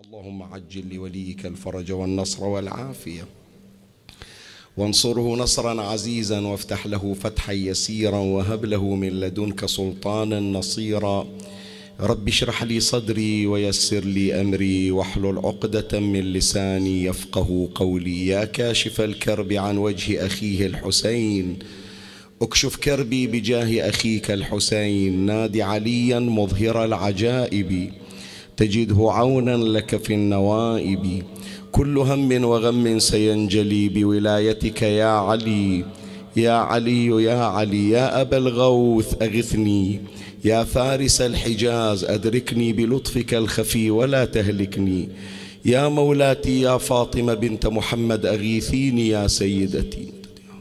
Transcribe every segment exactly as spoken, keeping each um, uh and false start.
اللهم عجل لوليك الفرج والنصر والعافية، وانصره نصرا عزيزا، وافتح له فتحا يسيرا، وهب له من لدنك سلطانا نصيرا. رب اشرح لي صدري ويسر لي أمري، واحلل عقدة من لساني يفقه قولي. يا كاشف الكرب عن وجه أخيه الحسين، اكشف كربي بجاه أخيك الحسين. نادي عليا مظهر العجائب، تجده عونا لك في النوائب. كل هم وغم سينجلي بولايتك يا علي، يا علي يا علي. يا أبا الغوث أغثني، يا فارس الحجاز أدركني بلطفك الخفي ولا تهلكني. يا مولاتي يا فاطمة بنت محمد أغيثيني يا سيدتي.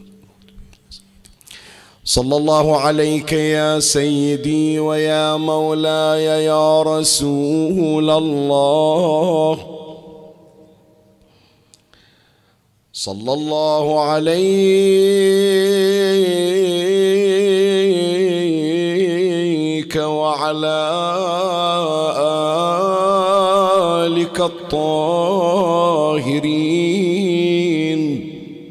صلى الله عليك يا سيدي ويا مولاي يا رسول الله، صلى الله عليك وعلى آلك الطاهرين.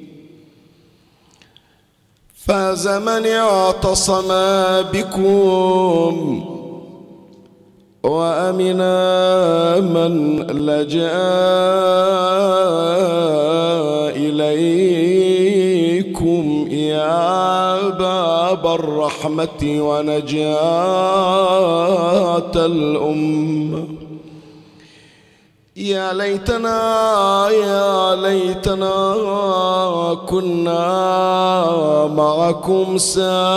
فاز من اعتصم بكم، وأمنا من لجأ إليكم يا باب الرحمة ونجاة الأمة. يا ليتنا يا ليتنا كنا معكم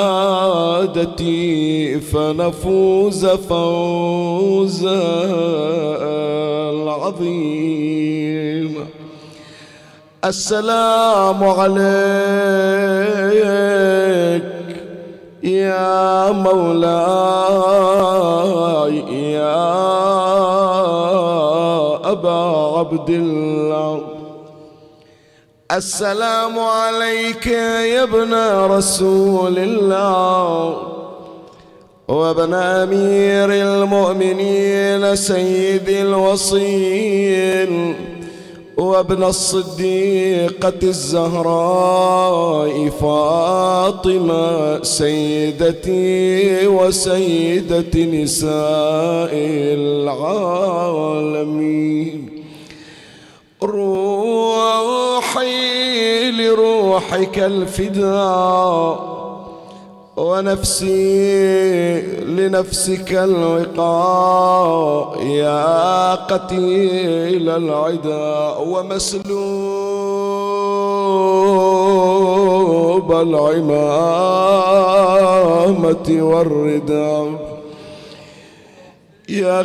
سادتي، فنفوز فوزا عظيما. السلام عليك يا مولاي يا أبا عبد الله. السلام عليك يا ابن رسول الله، وابن أمير المؤمنين سيد الوصيل، وابن الصديقة الزهراء فاطمة سيدتي وسيدة نساء العالمين. روحي لروحك الفداء، ونفسي لنفسك الوقاء. يا قتيل العدا ومسلوب العمامة والرداء. يا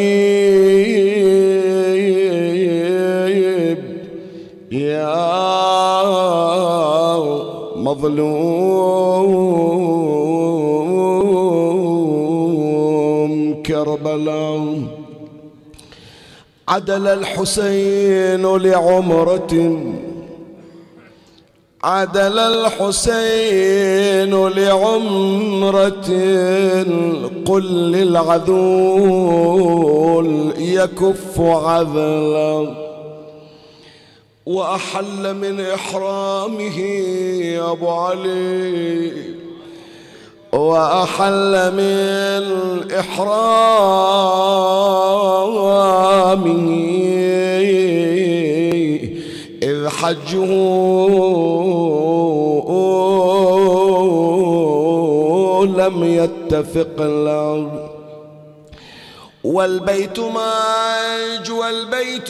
غريب يا مظلوم كربلاء. عدل الحسين لعمرة، عدل الحسين لعمرة. قل للعذول يكف عذلا. وأحل من إحرامه يا أبو علي، وأحل من إحرامه إذ حجه لم يتفق له. والبيت ماج والبيت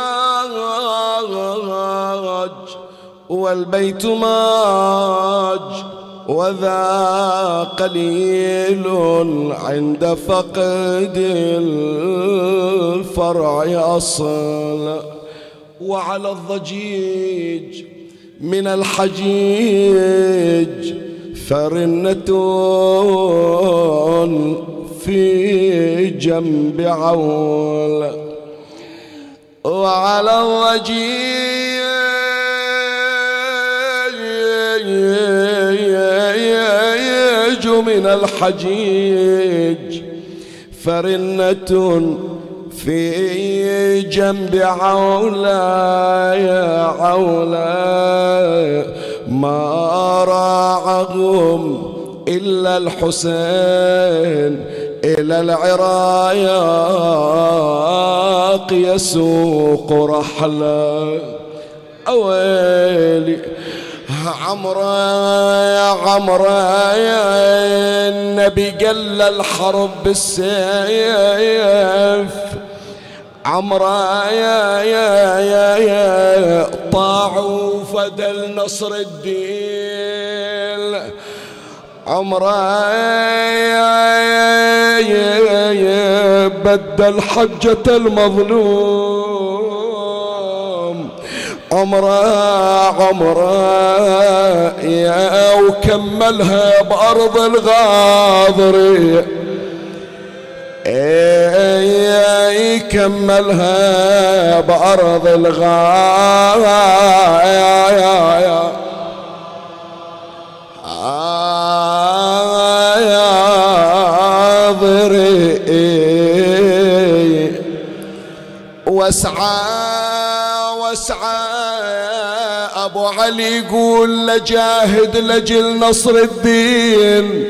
ماج والبيت ماج، وذا قليل عند فقد الفرع أصل. وعلى الضجيج من الحجيج فرنة في جنب عول. وعلى الضجيج من الحجيج فرنة في جنب عولا يا عولا ما راعهم إلا الحسين إلى العراق يسوق رحلا. أويلي عمره يا عمره يا النبي قل الحرب بالسيف. عمره يا يا يا يا طاعوا فدى نصر الدين. عمره يا يا يا يا بدل حجة المظلوم. عمره عمره يا وكملها بأرض الغاضرية. اي كملها بأرض الغاضرية. واسعى واسعى ابو علي يقول لجاهد لجل نصر الدين.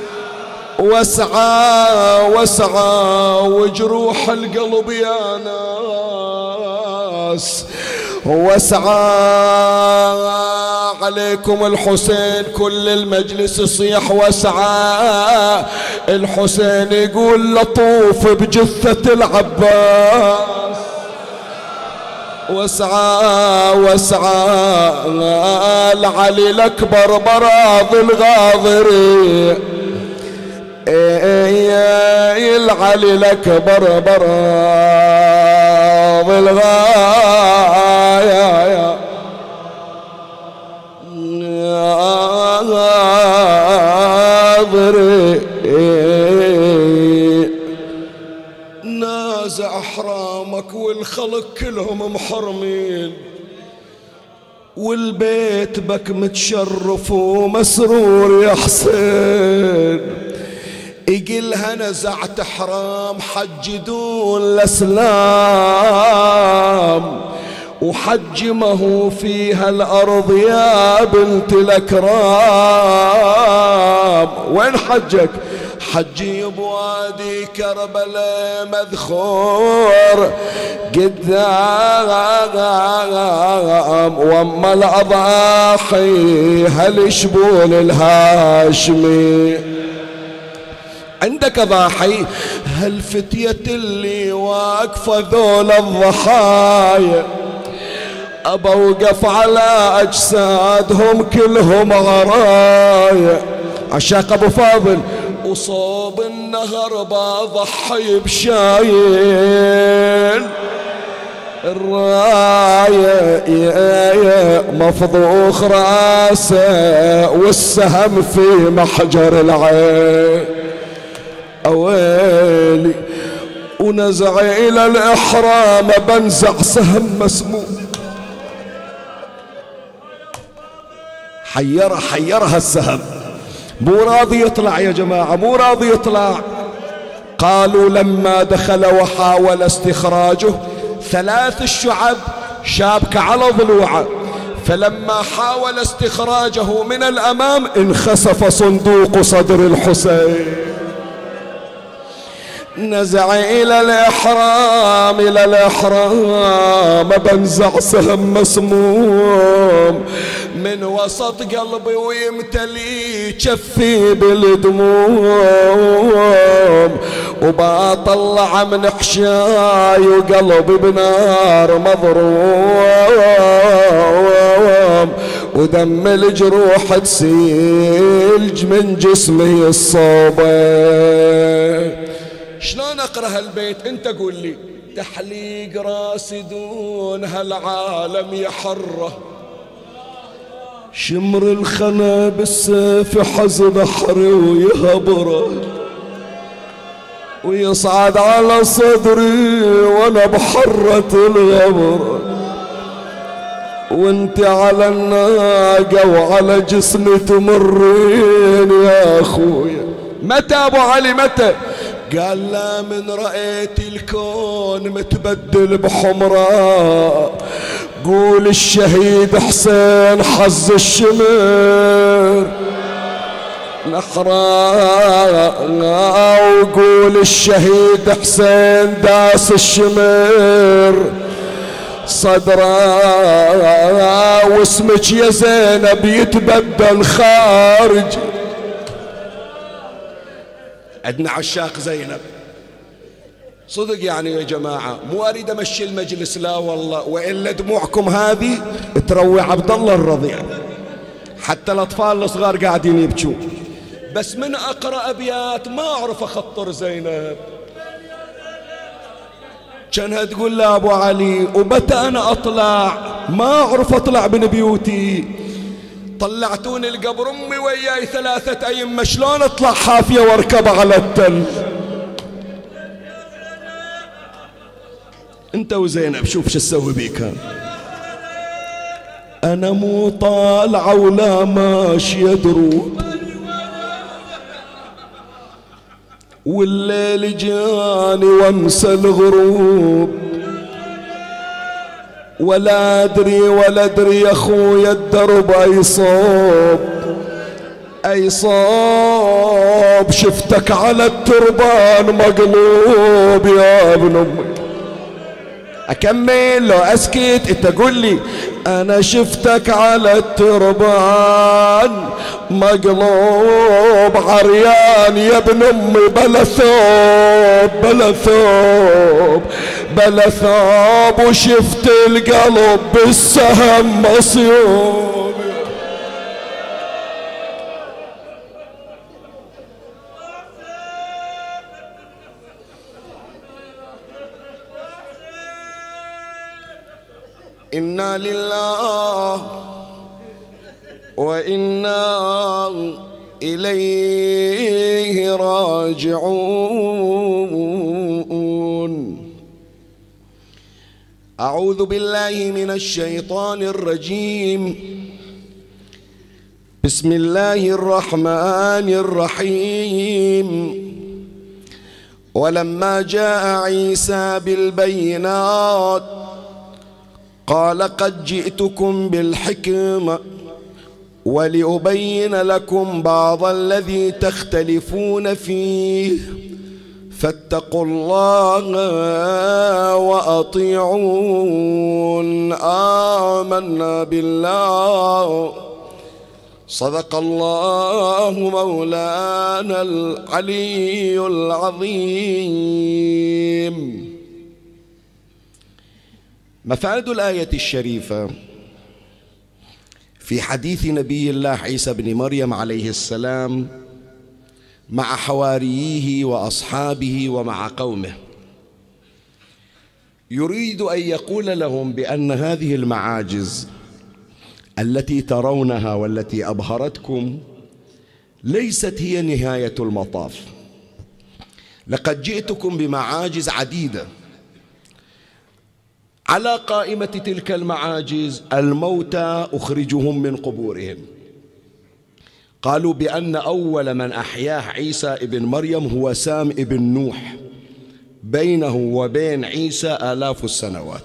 واسعى واسعى وجروح القلب يا ناس. واسعى عليكم الحسين كل المجلس يصيح واسعى. الحسين يقول لطوف بجثة العباس. واسعى واسعى العلي الأكبر براض الغاضري. اي العلي الأكبر براض الغاضري. نازع احرامك والخلق كلهم محرمين والبيت بك متشرف ومسرور يا حسين. يقلها نزعت حرام حج دون الاسلام وحج ما هو فيها الارض يا بنت الاكرام. وين حجك؟ حجي بوادي كربلاء مذخور قدام واما الاضاحي هالشبول الهاشمي. عندك ضاحي هالفتية اللي واقفة ذول الضحايا أبا وقف على أجسادهم كلهم غرايا. عشاق أبو فاضل وصوب النهر بضحي بشايل الراية يا يا مفضوخ راسه والسهم في محجر العين. أويلي ونزع إلى الإحرام بنزع سهم مسموم. حيرها حيرها السهم مو راضي يطلع يا جماعة مو راضي يطلع. قالوا لما دخل وحاول استخراجه ثلاث الشعب شابك على ضلوعه فلما حاول استخراجه من الأمام انخسف صندوق صدر الحسين. نزع إلى الإحرام إلى الإحرام بنزع سهم مسموم من وسط قلبي ويمتلي جفي بالدموم وبطلع من حشاي وقلبي بنار مضروم ودم الجروح تسيلج من جسمي الصوبين. شلون اقرا هالبيت انت قول لي؟ تحليق راس دون هالعالم يحره شمر الخنا بالسيف حزن حري ويهبره ويصعد على صدري وانا بحرة الغبره وانت على الناقة وعلى جسمي تمرين يا اخويا. متى ابو علي متى؟ قال لا من رأيت الكون متبدل بحمرة قول الشهيد حسين حظ الشمر نحرة وقول الشهيد حسين داس الشمر صدره واسمك يا زينب يتبدل خارج. عندنا عشاق زينب صدق يعني يا جماعة، مو أريد أمشي المجلس لا والله، وإلا دموعكم هذه تروي عبد الله الرضيع، حتى الأطفال الصغار قاعدين يبكون. بس من أقرأ أبيات ما أعرف أخطر زينب، كانها تقول لا أبو علي وبت أنا أطلع ما أعرف أطلع من بيوتي، طلعتوني القبر أمي وياي ثلاثة أيام شلون أطلع حافية واركب على التل. أنت وزينب شوف شو تسوي بيك. أنا مو طالعة ولا ماشية دروب والليل جاني وامسى الغروب ولا ادري ولا ادري يا خويا الدرب اي صوب اي صوب شفتك على التربان مقلوب يا ابن امي. اكمل لو اسكت انت قول لي انا شفتك على التربان مقلوب عريان يا ابن امي بلا ثوب بلا ثوب بلا ثوب وشفت القلب بالسهم مصيوب. إنا لله وإنا إليه راجعون. أعوذ بالله من الشيطان الرجيم. بسم الله الرحمن الرحيم. ولما جاء عيسى بالبينات قال قد جئتكم بالحكمة ولأبين لكم بعض الذي تختلفون فيه فاتقوا الله وأطيعون. آمنا بالله صدق الله مولانا العلي العظيم. مفاد الآية الشريفة في حديث نبي الله عيسى بن مريم عليه السلام مع حواريه وأصحابه ومع قومه، يريد أن يقول لهم بأن هذه المعاجز التي ترونها والتي أبهرتكم ليست هي نهاية المطاف. لقد جئتكم بمعاجز عديدة، على قائمة تلك المعاجز الموتى أخرجهم من قبورهم. قالوا بأن أول من أحياه عيسى ابن مريم هو سام ابن نوح، بينه وبين عيسى آلاف السنوات.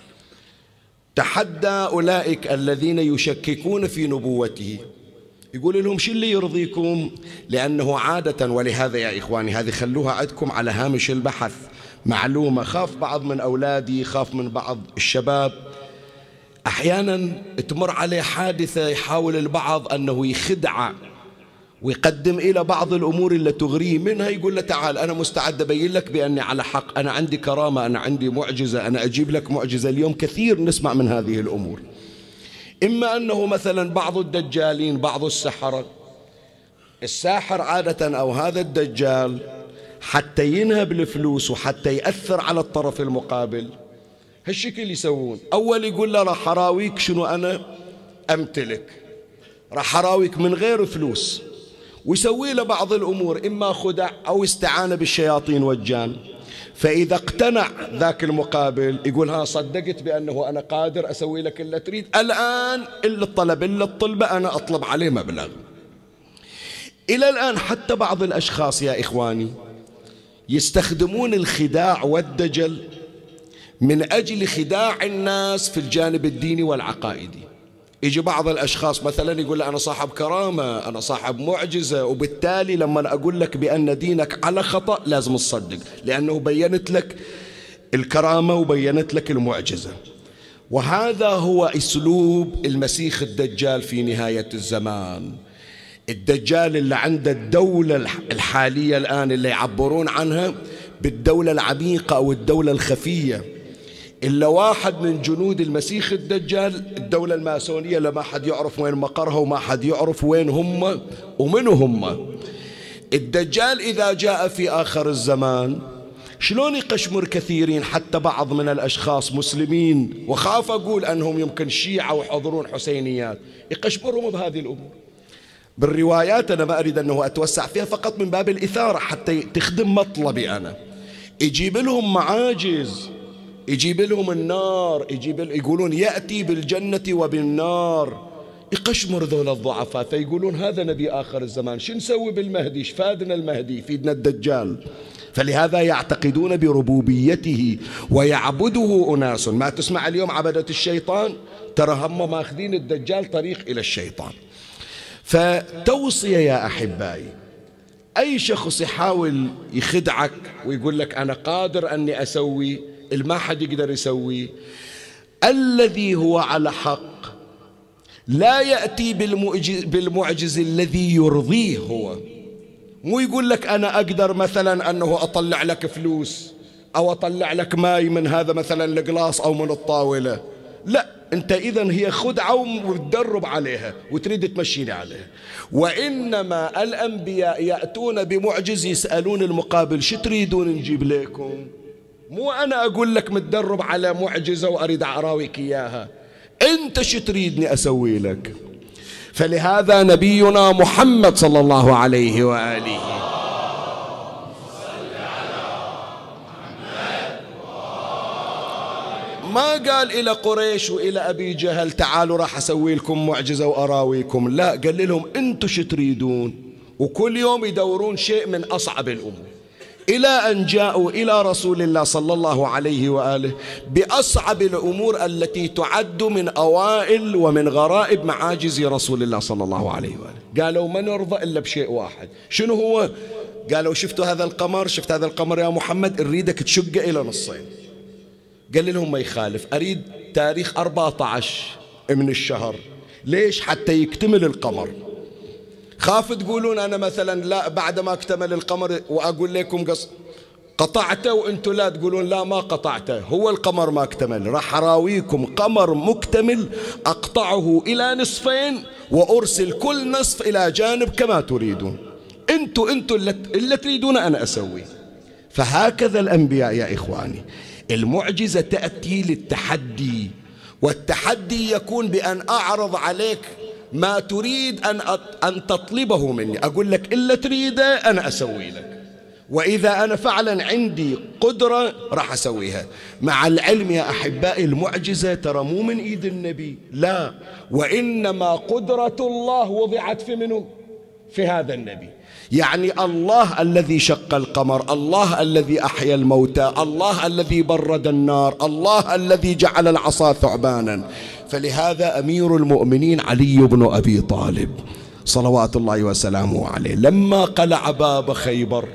تحدى أولئك الذين يشككون في نبوته، يقول لهم شو اللي يرضيكم؟ لأنه عادة، ولهذا يا إخواني هذه خلوها عندكم على هامش البحث معلومة، خاف بعض من أولادي، خاف من بعض الشباب، أحيانا تمر عليه حادثة يحاول البعض أنه يخدع ويقدم إلى بعض الأمور اللي تغريه، منها يقول له تعال أنا مستعد أبين لك بأني على حق، أنا عندي كرامة، أنا عندي معجزة، أنا أجيب لك معجزة. اليوم كثير نسمع من هذه الأمور. إما أنه مثلا بعض الدجالين، بعض السحرة، الساحر عادة أو هذا الدجال حتى ينهب الفلوس وحتى يأثر على الطرف المقابل هالشكل يسوون. أول يقول له راح أراويك شنو أنا أمتلك، راح أراويك من غير فلوس، ويسوي له بعض الأمور، إما خدع أو استعانة بالشياطين والجان. فإذا اقتنع ذاك المقابل يقول ها صدقت بأنه أنا قادر أسوي لك اللي تريد، الآن إلا الطلب إلا الطلبة أنا أطلب عليه مبلغ. إلى الآن حتى بعض الأشخاص يا إخواني يستخدمون الخداع والدجل من أجل خداع الناس في الجانب الديني والعقائدي. يجي بعض الأشخاص مثلا يقول أنا صاحب كرامة، أنا صاحب معجزة، وبالتالي لما أقول لك بأن دينك على خطأ لازم تصدق، لأنه بينت لك الكرامة وبينت لك المعجزة. وهذا هو أسلوب المسيح الدجال في نهاية الزمان. الدجال اللي عنده الدولة الحالية الآن اللي يعبرون عنها بالدولة العميقة أو الدولة الخفية، إلا واحد من جنود المسيح الدجال الدولة الماسونية اللي ما حد يعرف وين مقرها وما حد يعرف وين هم ومنو هم. الدجال إذا جاء في آخر الزمان شلون يقشمر كثيرين، حتى بعض من الأشخاص مسلمين، وخاف أقول أنهم يمكن شيعة ويحضرون حسينيات، يقشمرهم بهذه الأمور. بالروايات أنا ما أريد أنه أتوسع فيها فقط من باب الإثارة حتى تخدم مطلبي أنا. يجيب لهم معاجز، يجيب لهم النار، يجيب لهم يقولون يأتي بالجنة وبالنار، يقشمر ذول الضعفاء، فيقولون هذا نبي آخر الزمان، شو نسوي بالمهدي؟ شفادنا المهدي فيدنا الدجال. فلهذا يعتقدون بربوبيته ويعبده أناس. ما تسمع اليوم عبدة الشيطان، ترى هم ماخذين الدجال طريق إلى الشيطان. فتوصية يا أحبائي، أي شخص يحاول يخدعك ويقول لك أنا قادر أني أسوي اللي ما حد يقدر يسويه، الذي هو على حق لا يأتي بالمعجز, بالمعجز الذي يرضيه هو. مو يقول لك أنا أقدر مثلا أنه أطلع لك فلوس أو أطلع لك ماي من هذا مثلا القلاص أو من الطاولة، لا، أنت إذن هي خدعة وتدرب عليها وتريد تمشيني عليها. وإنما الأنبياء يأتون بمعجز يسألون المقابل شو تريدون نجيب لكم؟ مو أنا أقول لك متدرب على معجزة وأريد أراويك إياها، أنت شو تريدني أسوي لك؟ فلهذا نبينا محمد صلى الله عليه وآله ما قال إلى قريش وإلى أبي جهل تعالوا راح أسوي لكم معجزة وأراويكم، لا، قال لهم أنتوا شو تريدون؟ وكل يوم يدورون شيء من أصعب الأمور، إلى أن جاءوا إلى رسول الله صلى الله عليه وآله بأصعب الأمور التي تعد من أوائل ومن غرائب معاجز رسول الله صلى الله عليه وآله. قالوا ما نرضى إلا بشيء واحد، شنو هو؟ قالوا شفتوا هذا القمر، شفت هذا القمر يا محمد، نريدك تشقه إلى نصين. قال لهم ما يخالف، أريد تاريخ أربعة عشر من الشهر. ليش؟ حتى يكتمل القمر. خاف تقولون أنا مثلا لا بعد ما اكتمل القمر وأقول لكم قص قطعته وأنتم لا تقولون لا ما قطعته، هو القمر ما اكتمل، راح أراويكم قمر مكتمل أقطعه إلى نصفين وأرسل كل نصف إلى جانب كما تريدون، أنتم أنتم اللي تريدون أنا أسوي. فهكذا الأنبياء يا إخواني، المعجزة تأتي للتحدي، والتحدي يكون بأن أعرض عليك ما تريد أن أن تطلبه مني، أقول لك إلا تريده أنا أسوي لك، وإذا أنا فعلا عندي قدرة راح أسويها. مع العلم يا أحبائي المعجزة ترى مو من إيد النبي، لا، وإنما قدرة الله وضعت في منه؟ في هذا النبي. يعني الله الذي شق القمر، الله الذي أحيا الموتى، الله الذي برد النار، الله الذي جعل العصا ثعبانا. فلهذا أمير المؤمنين علي بن أبي طالب صلوات الله وسلامه عليه لما قلع باب خيبر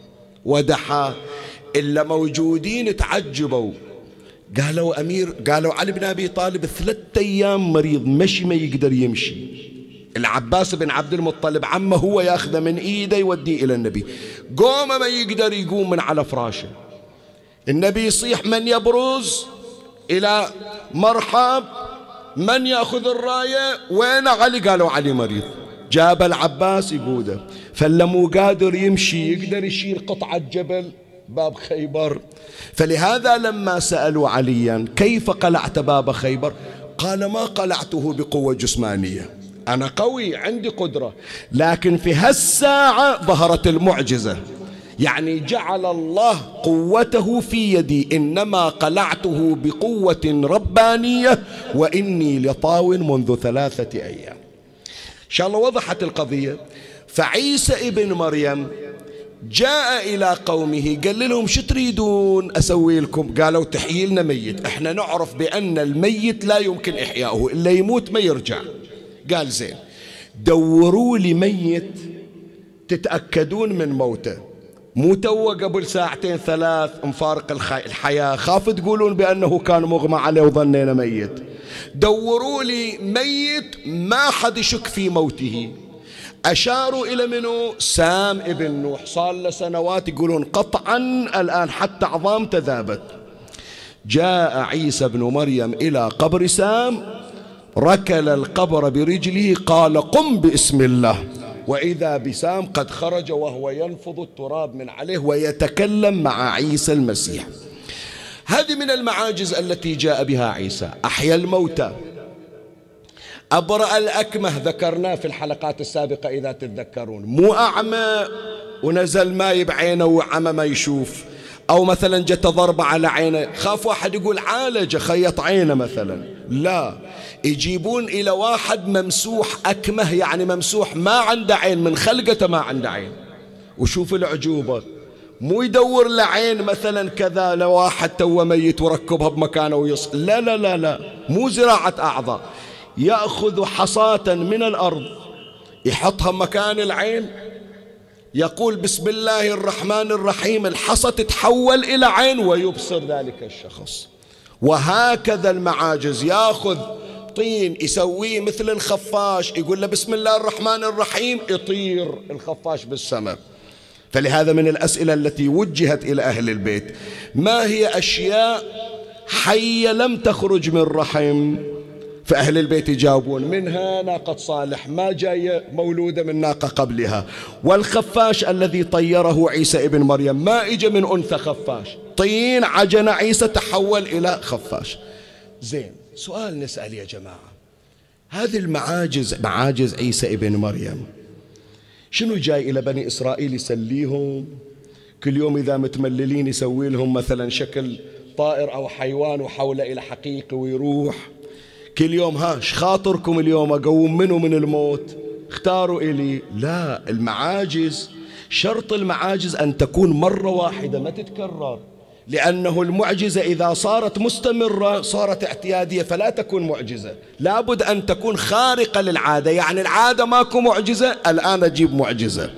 ودحى، إلا موجودين تعجبوا، قالوا أمير قالوا علي بن أبي طالب ثلاثة أيام مريض مشي ما يقدر يمشي. العباس بن عبد المطلب عمه هو ياخذه من ايده يوديه الى النبي، قوم ما يقدر يقوم من على فراشه. النبي يصيح من يبرز الى مرحب، من ياخذ الرايه، وين علي؟ قالوا علي مريض. جاب العباس يقوده، فلمو قادر يمشي يقدر يشيل قطعه جبل باب خيبر. فلهذا لما سالوا عليا كيف قلعت باب خيبر، قال ما قلعته بقوه جسمانيه، أنا قوي عندي قدرة، لكن في هالساعة ظهرت المعجزة، يعني جعل الله قوته في يدي، إنما قلعته بقوة ربانية وإني لطاو منذ ثلاثة أيام. إن شاء الله وضحت القضية. فعيسى ابن مريم جاء إلى قومه قال لهم شو تريدون أسوي لكم؟ قالوا تحيي لنا ميت، احنا نعرف بأن الميت لا يمكن إحياؤه، إلا يموت ما يرجع. قال زين دوروا لي ميت تتأكدون من موته، مو تو قبل ساعتين ثلاث مفارق الحياة خاف تقولون بأنه كان مغمى عليه وظنينا ميت. دوروا لي ميت ما حد يشك في موته. أشاروا إلى منو؟ سام ابن نوح، صار له سنوات يقولون قطعا الآن حتى عظام تذابت. جاء عيسى بن مريم إلى قبر سام، ركل القبر برجله، قال قم باسم الله، وإذا بسام قد خرج وهو ينفض التراب من عليه ويتكلم مع عيسى المسيح. هذه من المعاجز التي جاء بها عيسى. أحيا الموتى، أبرأ الأكمه، ذكرناه في الحلقات السابقة إذا تتذكرون، مو أعمى ونزل ماي بعينه وعمى ما يشوف، أو مثلا جت ضربة على عينه خاف واحد يقول عالج خيط عينه مثلا، لا، يجيبون إلى واحد ممسوح أكمه، يعني ممسوح ما عنده عين، من خلقته ما عنده عين. وشوف العجوبة، مو يدور لعين مثلا كذا لواحد تو ميت وركبها بمكانه ويصل، لا لا لا لا، مو زراعة أعضاء، يأخذ حصاة من الأرض يحطها مكان العين، يقول بسم الله الرحمن الرحيم، الحصى تتحول إلى عين ويبصر ذلك الشخص. وهكذا المعاجز، يأخذ طين يسويه مثل الخفاش، يقول له بسم الله الرحمن الرحيم، يطير الخفاش بالسماء. فلهذا من الأسئلة التي وجهت إلى أهل البيت، ما هي أشياء حية لم تخرج من رحم؟ فأهل البيت يجاوبون منها ناقة صالح ما جاية مولودة من ناقة قبلها، والخفاش الذي طيره عيسى ابن مريم ما إجا من أنثى خفاش، طين عجن عيسى تحول إلى خفاش. زين، سؤال نسأل يا جماعة، هذه المعاجز معاجز عيسى ابن مريم شنو جاي إلى بني إسرائيل يسليهم؟ كل يوم إذا متمللين يسوي لهم مثلا شكل طائر أو حيوان وحوله إلى حقيقي ويروح. كل يوم هاش خاطركم اليوم أقوم منه من الموت اختاروا إلي. لا، المعاجز شرط المعاجز أن تكون مرة واحدة ما تتكرر، لأنه المعجزة إذا صارت مستمرة صارت اعتيادية فلا تكون معجزة، لابد أن تكون خارقة للعادة، يعني العادة ماكو معجزة الآن أجيب معجزة.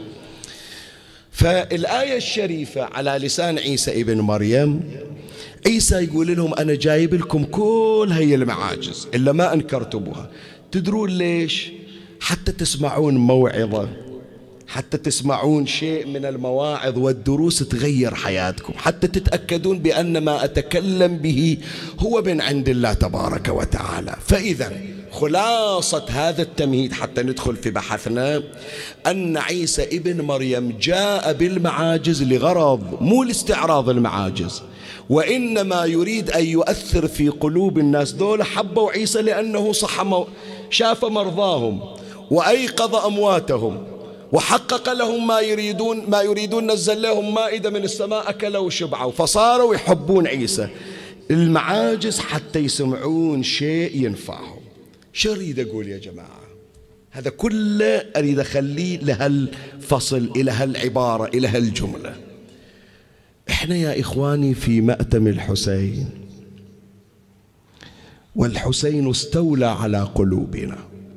فالآية الشريفة على لسان عيسى ابن مريم، عيسى يقول لهم أنا جايب لكم كل هي المعاجز إلا ما أنكرتموها. تدرون ليش؟ حتى تسمعون موعظة، حتى تسمعون شيء من المواعظ والدروس تغير حياتكم، حتى تتأكدون بأن ما أتكلم به هو من عند الله تبارك وتعالى. فإذا خلاصة هذا التمهيد حتى ندخل في بحثنا، أن عيسى ابن مريم جاء بالمعاجز لغرض، مو لاستعراض المعاجز، وإنما يريد أن يؤثر في قلوب الناس. دول حبوا عيسى لأنه صح، شاف مرضاهم وأيقظ أمواتهم وحقق لهم ما يريدون، ما يريدون نزل لهم مائدة من السماء أكلوا وشبعوا، فصاروا يحبون عيسى. المعاجز حتى يسمعون شيء ينفعهم. شو أريد أقول يا جماعة؟ هذا كله أريد أخليه لهالفصل، إلى هالعبارة، إلى هالجملة. إحنا يا إخواني في مأتم الحسين، والحسين استولى على قلوبنا.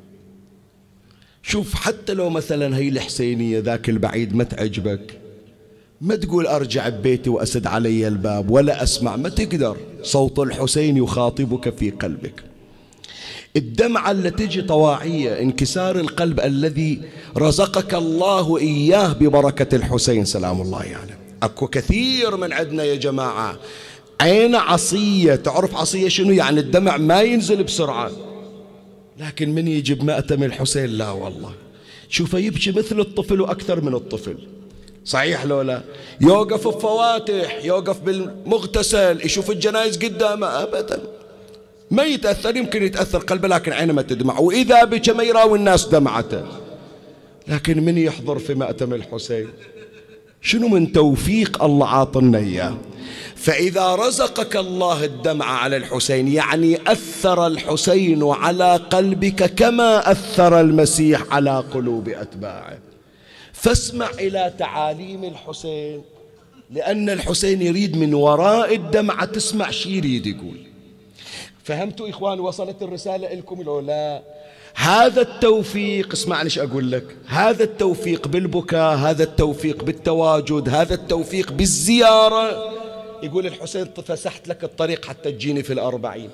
شوف، حتى لو مثلا هي الحسينية ذاك البعيد ما تعجبك، ما تقول أرجع ببيتي وأسد علي الباب ولا أسمع، ما تقدر. صوت الحسين يخاطبك في قلبك. الدمعة التي تجي طواعية، انكسار القلب الذي رزقك الله إياه ببركة الحسين سلام الله يعني. أكو كثير من عندنا يا جماعة عين عصية. تعرف عصية شنو؟ يعني الدمع ما ينزل بسرعة، لكن من يجي بمأتم الحسين لا والله شوفه يبكي مثل الطفل وأكثر من الطفل. صحيح لو لا؟ يوقف بفواتح، يوقف بالمغتسل، يشوف الجنائز قدامه أبدا ما يتأثر. يمكن يتأثر قلبه لكن عينه ما تدمع، وإذا بكى ما يراوي الناس دمعته. لكن من يحضر في مأتم الحسين شنو من توفيق الله عاطنا إياه. فإذا رزقك الله الدمع على الحسين يعني أثر الحسين على قلبك كما أثر المسيح على قلوب أتباعه. فاسمع إلى تعاليم الحسين، لأن الحسين يريد من وراء الدمعة تسمع شي يريد يقول. فهمتوا إخوان؟ وصلت الرسالة لكم لو لا؟ هذا التوفيق، اسمعني ايش أقول لك، هذا التوفيق بالبكاء، هذا التوفيق بالتواجد، هذا التوفيق بالزيارة. يقول الحسين فسحت لك الطريق حتى تجيني في الأربعين،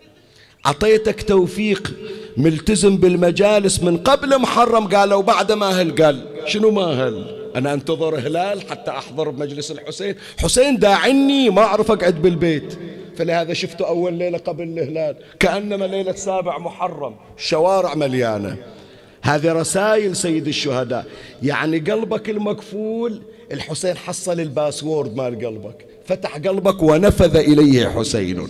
عطيتك توفيق ملتزم بالمجالس من قبل محرم. قالوا بعد ما هل، قال شنو ما هل؟ أنا أنتظر هلال حتى أحضر بمجلس الحسين. حسين داعني ما أعرف أقعد بالبيت، فلهذا شفته أول ليلة قبل الهلال كأنما ليلة سابع محرم، الشوارع مليانة. هذه رسائل سيد الشهداء. يعني قلبك المكفول، الحسين حصل الباسورد مال قلبك، فتح قلبك ونفذ إليه حسين.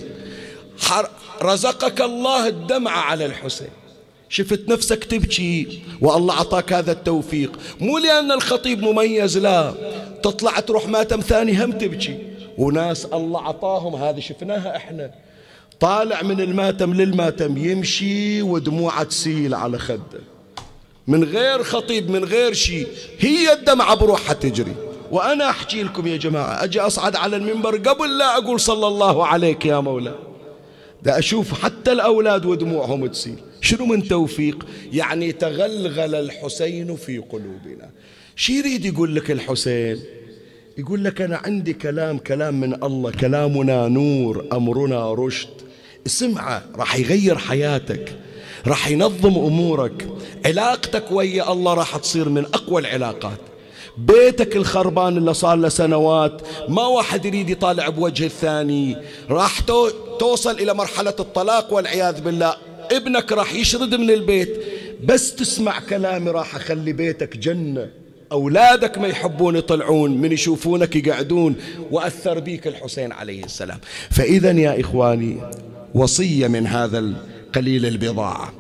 رزقك الله الدمعة على الحسين، شفت نفسك تبكي والله عطاك هذا التوفيق، مو لأن الخطيب مميز، لا، تطلع تروح ماتم ثاني هم تبكي. وناس الله عطاهم، هذه شفناها احنا، طالع من الماتم للماتم يمشي ودموعه تسيل على خده من غير خطيب من غير شيء، هي الدمعة بروحها تجري. وأنا أحكي لكم يا جماعة، أجي أصعد على المنبر قبل لا أقول صلى الله عليك يا مولاي، دا أشوف حتى الأولاد ودموعهم تسيل. شنو من توفيق؟ يعني تغلغل الحسين في قلوبنا. شي يريد يقول لك الحسين؟ يقول لك أنا عندي كلام، كلام من الله، كلامنا نور، أمرنا رشد، اسمعه راح يغير حياتك، راح ينظم أمورك، علاقتك ويا الله راح تصير من أقوى العلاقات. بيتك الخربان اللي صار له سنوات ما واحد يريد يطالع بوجه الثاني، راح توصل إلى مرحلة الطلاق والعياذ بالله. ابنك راح يشرد من البيت، بس تسمع كلامي راح أخلي بيتك جنة. أولادك ما يحبون يطلعون، من يشوفونك يقعدون. وأثر بيك الحسين عليه السلام. فإذا يا إخواني وصية من هذا القليل البضاعة.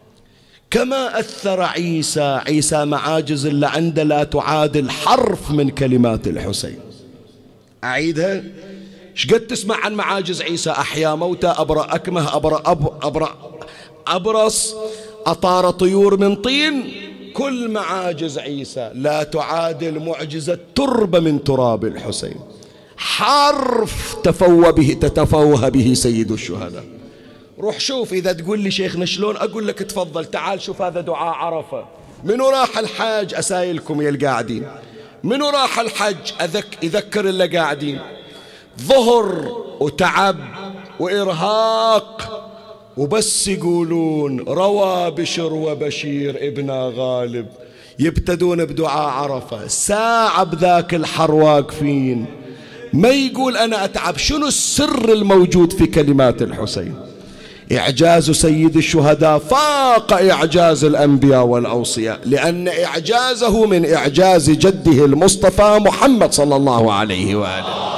كما أثر عيسى، عيسى معاجز اللي عنده لا تعادل حرف من كلمات الحسين. أعيدها، شقد تسمع عن معاجز عيسى؟ أحيا موتى، أبرأ أكمه، أبرأ أب أبرأ أبرص، أطار طيور من طين. كل معاجز عيسى لا تعادل معجزة تربة من تراب الحسين. حرف تفوه به تتفوه به سيد الشهداء. روح شوف، إذا تقول لي شيخنا شلون، أقول لك تفضل تعال شوف هذا دعاء عرفة. منو راح الحج؟ أسائلكم يا القاعدين، منو راح الحج؟ أذك يذكر اللي قاعدين. ظهر وتعب وإرهاق، وبس يقولون روى بشر وبشير ابن غالب، يبتدون بدعاء عرفة. ساعة بذاك الحر واقفين، ما يقول أنا أتعب. شنو السر الموجود في كلمات الحسين؟ إعجاز سيد الشهداء فاق إعجاز الأنبياء والأوصياء، لأن إعجازه من إعجاز جده المصطفى محمد صلى الله عليه وآله.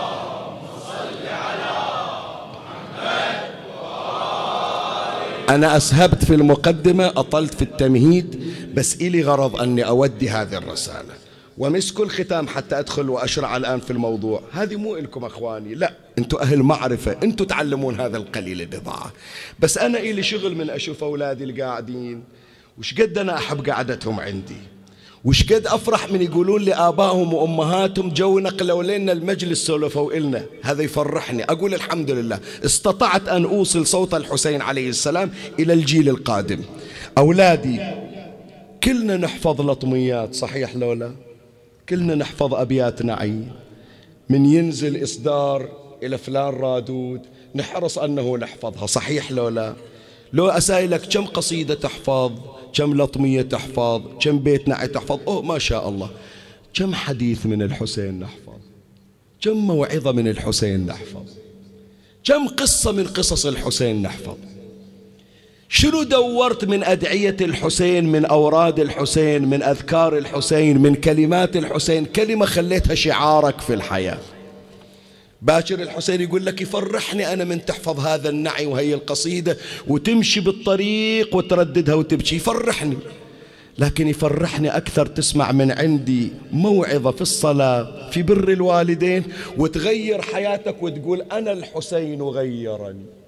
أنا أسهبت في المقدمة، أطلت في التمهيد، بس إلي غرض أني أودي هذه الرسالة ومسك الختام حتى أدخل وأشرع الآن في الموضوع. هذه مو إلكم أخواني، لا، أنتوا أهل معرفة، أنتوا تعلمون هذا القليل البضاعة. بس أنا إلي شغل من أشوف أولادي القاعدين، وش قد أنا أحب قعدتهم عندي، وش قد أفرح من يقولون لي آبائهم وأمهاتهم جو نقلوا لنا المجلس سولفوا إلنا. هذا يفرحني، أقول الحمد لله استطعت أن أوصل صوت الحسين عليه السلام إلى الجيل القادم. أولادي كلنا نحفظ لطميات، صحيح لو لا؟ كلنا نحفظ أبيات نعي، من ينزل إصدار إلى فلان رادود نحرص أنه نحفظها، صحيح لو لا؟ لو أسائلك كم قصيدة تحفظ، كم لطمية تحفظ، كم بيت نعي تحفظ، أوه ما شاء الله. كم حديث من الحسين نحفظ، كم موعظة من الحسين نحفظ، كم قصة من قصص الحسين نحفظ. شنو دورت من أدعية الحسين، من أوراد الحسين، من أذكار الحسين، من كلمات الحسين، كلمة خليتها شعارك في الحياة. باكر الحسين يقول لك يفرحني أنا من تحفظ هذا النعي وهي القصيدة وتمشي بالطريق وترددها وتبكي، يفرحني. لكن يفرحني أكثر تسمع من عندي موعظة في الصلاة في بر الوالدين وتغير حياتك وتقول أنا الحسين غيرني.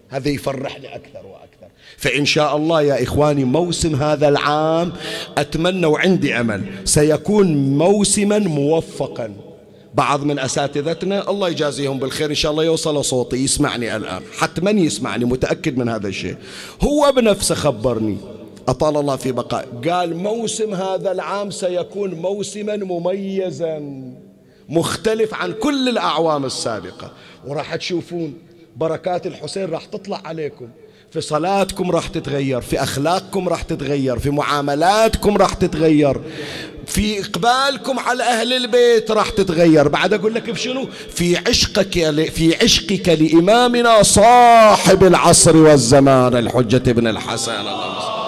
هذا يفرحني أكثر وأكثر. فإن شاء الله يا إخواني موسم هذا العام أتمنى وعندي أمل سيكون موسما موفقا. بعض من أساتذتنا الله يجازيهم بالخير إن شاء الله يوصل صوتي يسمعني الآن، حتما يسمعني، متأكد من هذا الشيء. هو بنفسه خبرني أطال الله في بقاء، قال موسم هذا العام سيكون موسما مميزا مختلف عن كل الأعوام السابقة، وراح تشوفون بركات الحسين راح تطلع عليكم، في صلاتكم راح تتغير، في أخلاقكم راح تتغير، في معاملاتكم راح تتغير، في إقبالكم على أهل البيت راح تتغير. بعد أقول لك بشنو؟ في عشقك في عشقك لإمامنا صاحب العصر والزمان الحجة بن الحسن. اللهم صل.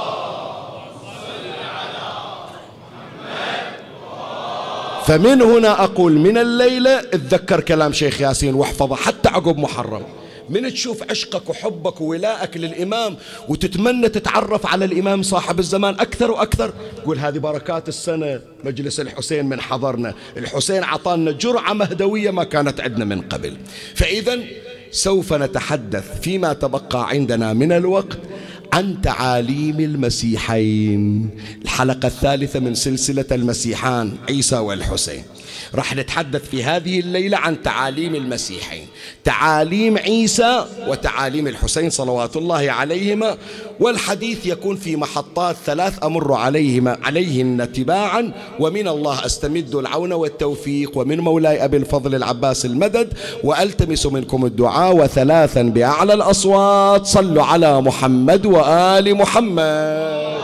فمن هنا أقول من الليلة اتذكر كلام شيخ ياسين واحفظه حتى عقب محرم. من تشوف عشقك وحبك وولائك للإمام وتتمنى تتعرف على الإمام صاحب الزمان أكثر وأكثر، قول هذه بركات السنة، مجلس الحسين من حضرنا، الحسين عطانا جرعة مهدوية ما كانت عندنا من قبل. فإذا سوف نتحدث فيما تبقى عندنا من الوقت عن تعاليم المسيحين، الحلقة الثالثة من سلسلة المسيحان عيسى والحسين. راح نتحدث في هذه الليلة عن تعاليم المسيحين، تعاليم عيسى وتعاليم الحسين صلوات الله عليهما، والحديث يكون في محطات ثلاث أمر عليهما عليهن تباعا، ومن الله أستمد العون والتوفيق، ومن مولاي أبي الفضل العباس المدد، وألتمس منكم الدعاء، وثلاثا بأعلى الأصوات صلوا على محمد وآل محمد.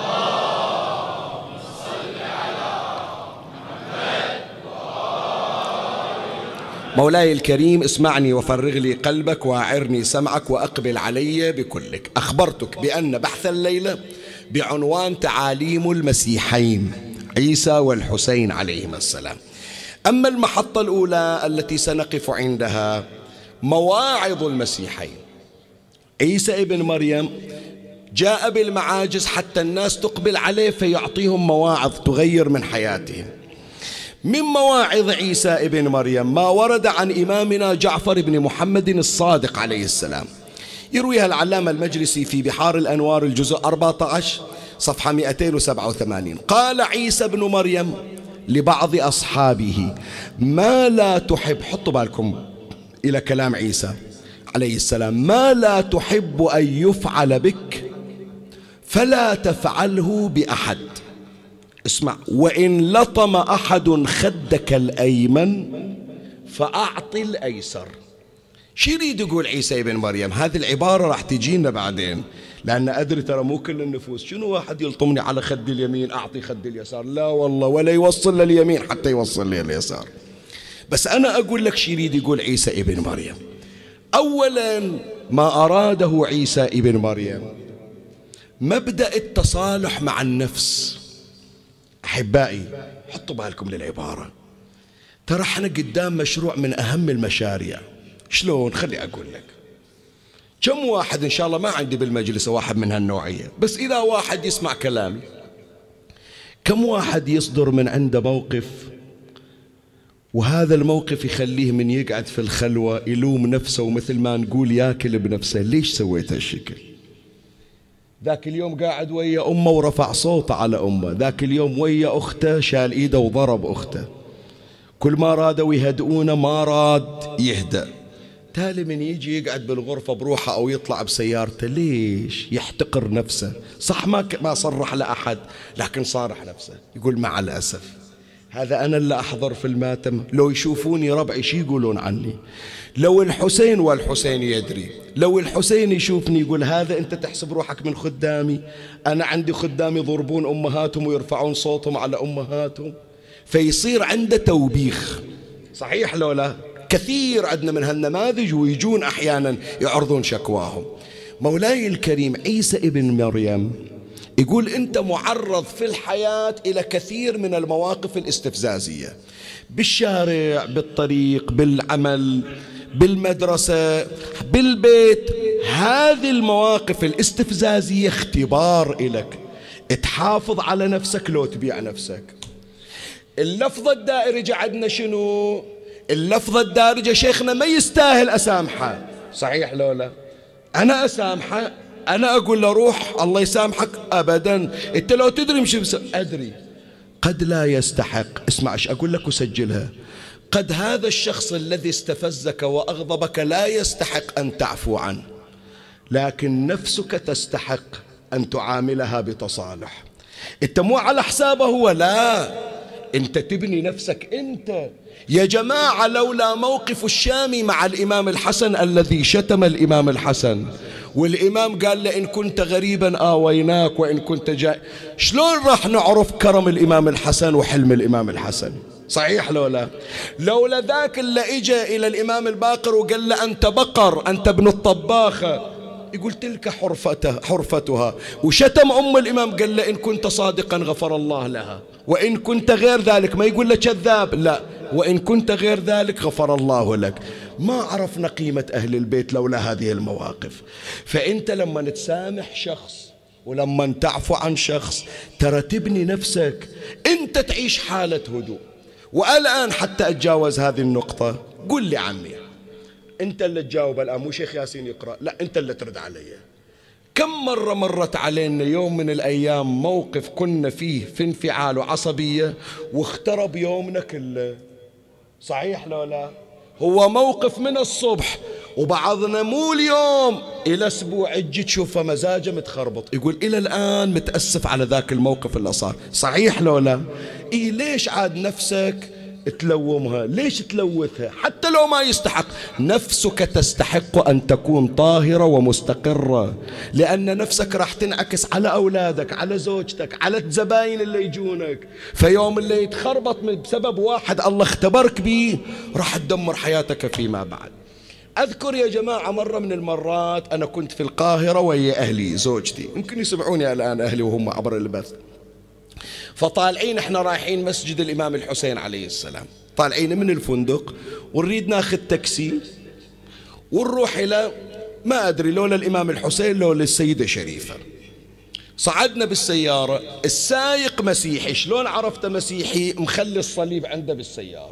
مولاي الكريم اسمعني وفرغ لي قلبك وأعرني سمعك وأقبل علي بكلك. أخبرتك بأن بحث الليلة بعنوان تعاليم المسيحين عيسى والحسين عليهما السلام. أما المحطة الأولى التي سنقف عندها مواعظ المسيحين. عيسى ابن مريم جاء بالمعاجز حتى الناس تقبل عليه فيعطيهم مواعظ تغير من حياتهم. من مواعظ عيسى ابن مريم ما ورد عن إمامنا جعفر بن محمد الصادق عليه السلام، يرويها العلامة المجلسي في بحار الأنوار الجزء أربعة عشر صفحة مئتين وسبعة وثمانين. قال عيسى بن مريم لبعض أصحابه ما لا تحب، حطوا بالكم إلى كلام عيسى عليه السلام، ما لا تحب أن يفعل بك فلا تفعله بأحد. اسمع، وإن لطم أحد خدك الأيمن فأعط الأيسر. شو يريد يقول عيسى ابن مريم؟ هذه العبارة راح تجينا بعدين، لأن أدري ترى مو كل النفوس شنو واحد يلطمني على خد اليمين أعطي خد اليسار، لا والله، ولا يوصل لليمين حتى يوصل لي اليسار. بس أنا أقول لك شو يريد يقول عيسى ابن مريم. أولا ما أراده عيسى ابن مريم مبدأ التصالح مع النفس. أحبائي حطوا بالكم للعبارة، ترى احنا قدام مشروع من أهم المشاريع. شلون؟ خلي أقول لك. كم واحد إن شاء الله ما عندي بالمجلس واحد من هالنوعية، بس إذا واحد يسمع كلامي، كم واحد يصدر من عنده موقف وهذا الموقف يخليه من يقعد في الخلوة يلوم نفسه ومثل ما نقول ياكل بنفسه، ليش سويت هالشكل؟ ذاك اليوم قاعد ويا أمه ورفع صوته على أمه، ذاك اليوم ويا أخته شال إيده وضرب أخته، كل ما رادوا يهدؤونه ما راد يهدأ. تالي من يجي يقعد بالغرفة بروحه أو يطلع بسيارته، ليش؟ يحتقر نفسه. صح ما ما صرح لأحد لكن صارح نفسه، يقول مع الأسف هذا أنا اللي أحضر في الماتم، لو يشوفوني ربعي شي يقولون عني. لو الحسين، والحسين يدري، لو الحسين يشوفني يقول هذا أنت تحسب روحك من خدامي، أنا عندي خدام يضربون أمهاتهم ويرفعون صوتهم على أمهاتهم، فيصير عنده توبيخ. صحيح لو لا؟ كثير عندنا من هالنماذج ويجون أحيانا يعرضون شكواهم. مولاي الكريم عيسى ابن مريم يقول أنت معرض في الحياة إلى كثير من المواقف الاستفزازية، بالشارع، بالطريق، بالعمل، بالمدرسة، بالبيت. هذه المواقف الاستفزازية اختبار إلك، تحافظ على نفسك لو تبيع نفسك. اللفظة الدارجة عندنا شنو؟ اللفظة الدارجة شيخنا ما يستاهل أسامحه، صحيح لو لا؟ أنا أسامحه، أنا أقول له روح الله يسامحك أبدا. أنت لو تدري مش بس أدري قد لا يستحق. اسمع ايش أقول لك وسجلها. قد هذا الشخص الذي استفزك وأغضبك لا يستحق أن تعفو عنه، لكن نفسك تستحق أن تعاملها بتصالح. أنت مو على حسابه هو، لا، أنت تبني نفسك أنت. يا جماعة لولا موقف الشامي مع الإمام الحسن الذي شتم الإمام الحسن، والإمام قال له إن كنت غريبا آويناك وإن كنت جاي، شلون راح نعرف كرم الإمام الحسن وحلم الإمام الحسن؟ صحيح لولا لولا ذاك اللي إجا إلى الإمام الباقر وقال له أنت بقر، أنت ابن الطباخة، يقول تلك حرفتها حرفتها. وشتم أم الإمام قال له إن كنت صادقا غفر الله لها، وإن كنت غير ذلك، ما يقول له كذاب، لا، وإن كنت غير ذلك غفر الله لك. ما عرفنا قيمة أهل البيت لولا هذه المواقف. فأنت لما تسامح شخص ولما تعفو عن شخص ترى تبني نفسك، أنت تعيش حالة هدوء. والآن حتى أتجاوز هذه النقطة، قل لي عمي، أنت اللي تجاوب الآن، مو شيخ ياسين يقرأ، لا أنت اللي ترد علي. كم مرة مرت علينا يوم من الأيام موقف كنا فيه في انفعال وعصبية واخترب يومنا كله؟ صحيح لو لا؟ هو موقف من الصبح وبعضنا مو اليوم إلى أسبوع يجي تشوفه مزاجه متخربط، يقول إلى الآن متأسف على ذاك الموقف اللي صار. صحيح لو لا؟ إيه ليش عاد نفسك تلومها؟ ليش تلوثها؟ حتى لو ما يستحق، نفسك تستحق أن تكون طاهرة ومستقرة، لأن نفسك راح تنعكس على أولادك، على زوجتك، على الزباين اللي يجونك. فيوم اللي يتخربط بسبب واحد الله اختبرك به راح تدمر حياتك فيما بعد. أذكر يا جماعة مرة من المرات أنا كنت في القاهرة ويا أهلي، زوجتي، يمكن يسمعوني الآن أهلي وهم عبر البث، فطالعين احنا رايحين مسجد الإمام الحسين عليه السلام، طالعين من الفندق ونريد ناخذ تاكسي ونروح إلى ما أدري لولا الإمام الحسين لولا السيدة شريفة. صعدنا بالسيارة، السايق مسيحي، شلون عرفت مسيحي؟ مخلي الصليب عنده بالسيارة.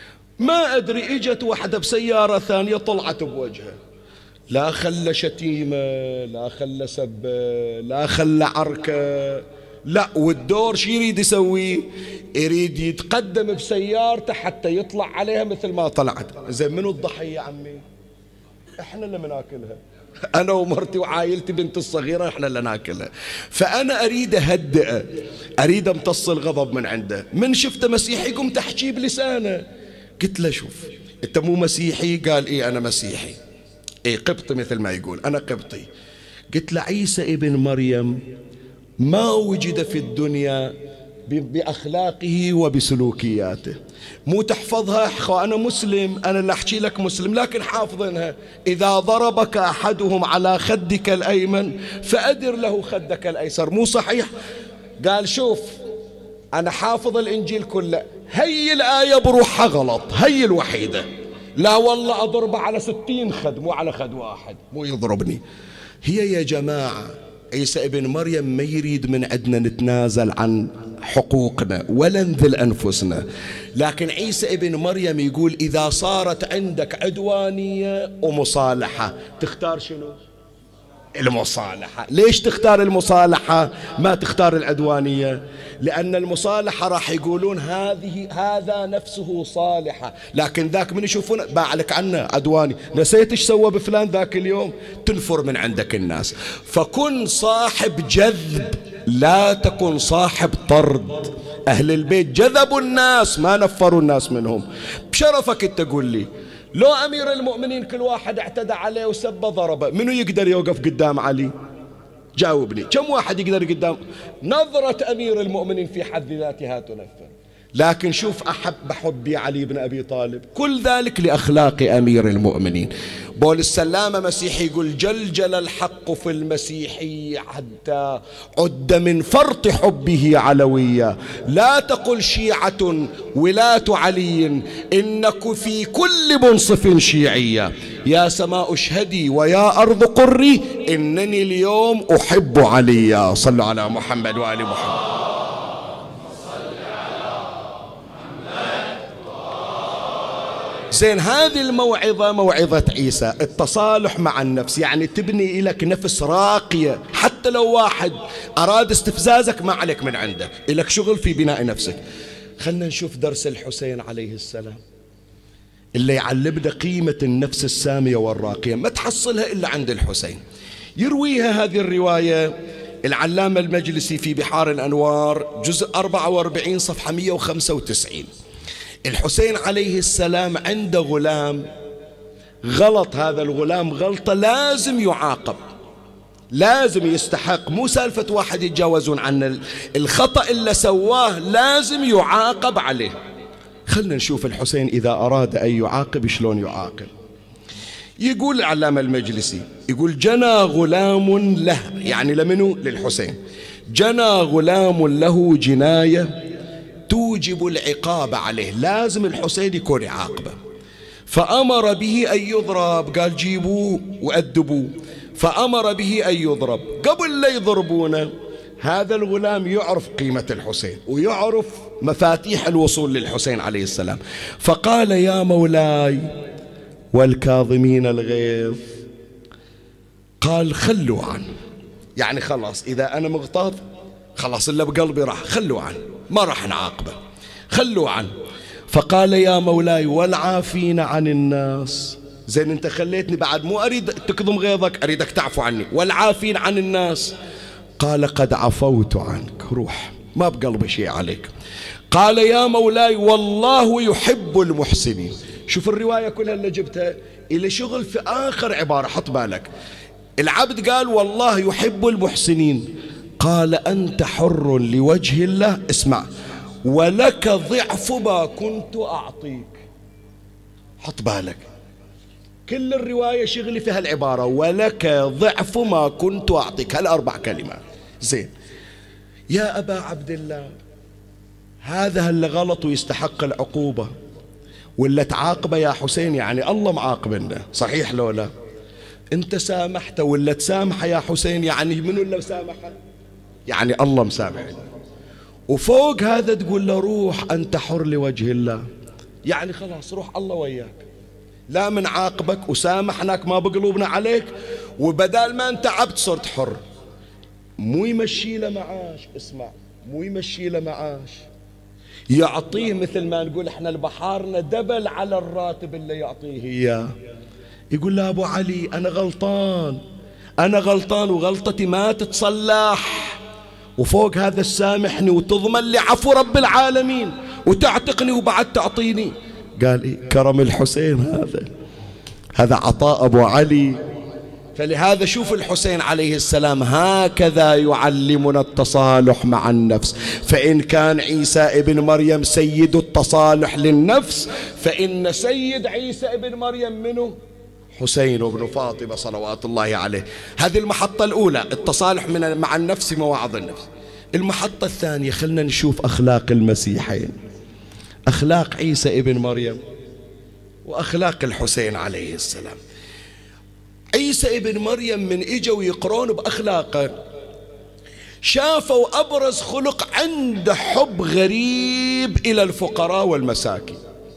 ما أدري إجت واحدة بسيارة ثانية طلعت بوجهه، لا خلى شتيمة، لا خلى سبة، لا خلى عركة، لا. والدور شي يريد يسوي؟ يريد يتقدم بسيارته حتى يطلع عليها مثل ما طلعت. زين منو الضحية عمي؟ احنا اللي بناكلها، انا ومرتي وعائلتي بنت الصغيرة احنا اللي ناكلها. فانا اريد اهدئه، اريد امتص الغضب من عنده. من شفته مسيحي قمت احكي بلسانه، قلت له شوف انت مو مسيحي؟ قال ايه انا مسيحي، ايه قبطي مثل ما يقول، انا قبطي. قلت له عيسى ابن مريم ما وجد في الدنيا بأخلاقه وبسلوكياته، مو تحفظها؟ أخو أنا مسلم، أنا اللي أحكي لك مسلم، لكن حافظنها. إذا ضربك أحدهم على خدك الأيمن فأدر له خدك الأيسر، مو صحيح؟ قال شوف أنا حافظ الإنجيل كله، هي الآية بروحها غلط، هي الوحيدة، لا والله أضربه على ستين خد مو على خد واحد، مو يضربني. هي يا جماعة عيسى ابن مريم ما يريد من عندنا نتنازل عن حقوقنا ولا نذل أنفسنا، لكن عيسى ابن مريم يقول إذا صارت عندك عدوانية ومصالحة تختار شنو؟ المصالحة. ليش تختار المصالحة ما تختار العدوانية؟ لأن المصالحة راح يقولون هذه هذا نفسه صالحة، لكن ذاك من يشوفون باع لك عنه عدواني، نسيت ايش سوى بفلان ذاك اليوم، تنفر من عندك الناس. فكن صاحب جذب لا تكن صاحب طرد. أهل البيت جذبوا الناس ما نفروا الناس منهم. بشرفك انت قول لي لو أمير المؤمنين كل واحد اعتدى عليه وسب ضربه، منو يقدر يوقف قدام علي؟ جاوبني، كم واحد يقدر قدام؟ نظرة أمير المؤمنين في حد ذاتها تنفر. لكن شوف أحب حبي علي بن أبي طالب، كل ذلك لأخلاق أمير المؤمنين. بول السلامة مسيحي يقول جلجل الحق في المسيحي حتى عد من فرط حبه علوية، لا تقل شيعة ولاة علي إنك في كل منصف شيعية، يا سماء اشهدي ويا أرض قري إنني اليوم أحب عليا. صلوا على محمد وآل محمد. زين هذه الموعظة موعظة عيسى، التصالح مع النفس، يعني تبني لك نفس راقية، حتى لو واحد أراد استفزازك ما عليك من عنده، لك شغل في بناء نفسك. خلنا نشوف درس الحسين عليه السلام اللي يعلمنا قيمة النفس السامية والراقية، ما تحصلها إلا عند الحسين. يرويها هذه الرواية العلامة المجلسي في بحار الأنوار جزء أربعة وأربعين صفحة مئة وخمسة وتسعين. الحسين عليه السلام عنده غلام غلط، هذا الغلام غلطة لازم يعاقب، لازم يستحق، مو سالفة واحد يتجاوزون عن الخطأ اللي سواه، لازم يعاقب عليه. خلنا نشوف الحسين إذا أراد أن يعاقب شلون يعاقب. يقول العلامة المجلسي، يقول جنى غلام له، يعني لمنه؟ للحسين. جنى غلام له جناية توجب العقاب عليه، لازم الحسين يكون يعاقبه. فأمر به أن يضرب، قال جيبوه وأدبوه، فأمر به أن يضرب. قبل لا يضربونه هذا الغلام يعرف قيمة الحسين ويعرف مفاتيح الوصول للحسين عليه السلام، فقال يا مولاي والكاظمين الغيظ، قال خلوا عنه، يعني خلاص إذا أنا مغتاظ خلاص اللي بقلبي راح، خلوا عنه، ما راح نعاقبه، خلوا عنه. فقال يا مولاي والعافين عن الناس، زين انت خليتني بعد مو أريد تكظم غيظك، أريدك تعفو عني، والعافين عن الناس. قال قد عفوت عنك، روح ما بقلبي شيء عليك. قال يا مولاي والله يحب المحسنين. شوف الرواية كلها اللي جبتها إلى شغل في آخر عبارة، حط بالك، العبد قال والله يحب المحسنين، قال أنت حر لوجه الله، اسمع، ولك ضعف ما كنت أعطيك. حط بالك كل الرواية شغلي في هالعبارة، ولك ضعف ما كنت أعطيك، هالأربع كلمات. زين يا أبا عبد الله، هذا اللي غلط ويستحق العقوبة، ولا تعاقبه يا حسين، يعني الله معاقبنا، صحيح لو لا؟ انت سامحته ولا تسامحه يا حسين، يعني منو اللي مسامحه؟ يعني الله مسامحه. وفوق هذا تقول له روح أنت حر لوجه الله، يعني خلاص روح الله وياك، لا من عاقبك وسامحناك ما بقلوبنا عليك، وبدال ما انت عبد صرت حر. مو يمشي له معاش، اسمع، مو يمشي له معاش، يعطيه مثل ما نقول احنا البحارنا دبل على الراتب اللي يعطيه اياه. يقول له ابو علي انا غلطان، انا غلطان وغلطتي ما تتصلح، وفوق هذا سامحني وتضمن لي عفو رب العالمين وتعتقني وبعد تعطيني. قال إيه؟ كرم الحسين هذا، هذا عطاء أبو علي. فلهذا شوف الحسين عليه السلام هكذا يعلمنا التصالح مع النفس. فإن كان عيسى ابن مريم سيد التصالح للنفس، فإن سيد عيسى ابن مريم منه حسين بن فاطمة صلوات الله عليه. هذه المحطة الأولى، التصالح من مع النفس، مواعظ النفس. المحطة الثانية خلنا نشوف أخلاق المسيحين، أخلاق عيسى ابن مريم وأخلاق الحسين عليه السلام. عيسى ابن مريم من إجوا يقرون بأخلاقه شافوا أبرز خلق عنده حب غريب إلى الفقراء والمساكين.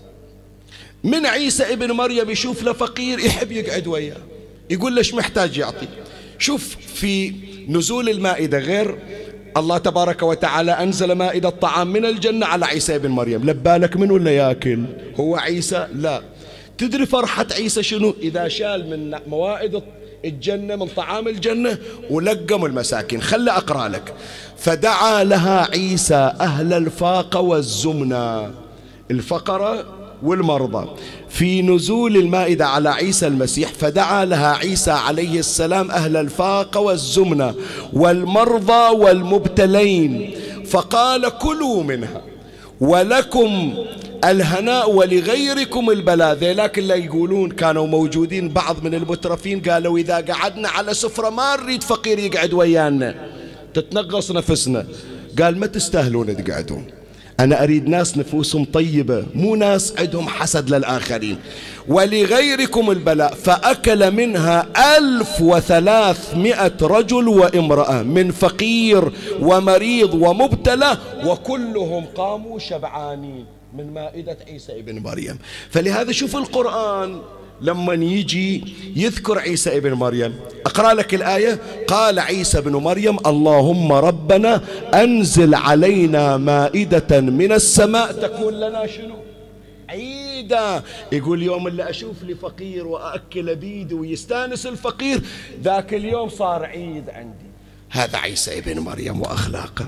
من عيسى ابن مريم يشوف له فقير يحب يقعد وياه، يقول ليش محتاج يعطي. شوف في نزول المائدة، غير الله تبارك وتعالى أنزل مائدة الطعام من الجنة على عيسى ابن مريم، لبالك من ولا ياكل هو عيسى؟ لا. تدري فرحة عيسى شنو؟ إذا شال من موائد الجنة من طعام الجنة ولقم المساكين. خلي أقرأ لك. فدعا لها عيسى أهل الفاقة والزمنة، الفقرة والمرضى، في نزول المائدة على عيسى المسيح. فدعا لها عيسى عليه السلام أهل الفاقة والزمنة والمرضى والمبتلين، فقال كلوا منها ولكم الهناء ولغيركم البلاء. ذيلاك اللي يقولون كانوا موجودين بعض من المترفين قالوا إذا قعدنا على سفرة ما نريد فقير يقعد ويانا تتنغص نفسنا. قال ما تستاهلون تقعدون، أنا أريد ناس نفوسهم طيبة، مو ناس عندهم حسد للآخرين. ولغيركم البلاء. فأكل منها ألف وثلاثمائة رجل وامرأة، من فقير ومريض ومبتلى، وكلهم قاموا شبعانين. من مائدة عيسى ابن مريم. فلهذا شوف القرآن لما يجي يذكر عيسى ابن مريم، أقرأ لك الآية: قال عيسى ابن مريم اللهم ربنا أنزل علينا مائدة من السماء تكون لنا شنو؟ عيدا. يقول يوم اللي أشوف لي فقير وأأكل بيدي ويستانس الفقير، ذاك اليوم صار عيد عندي. هذا عيسى ابن مريم وأخلاقه.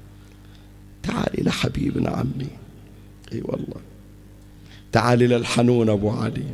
تعال إلى حبيبنا عمي، اي والله، تعال إلى الحنون أبو علي.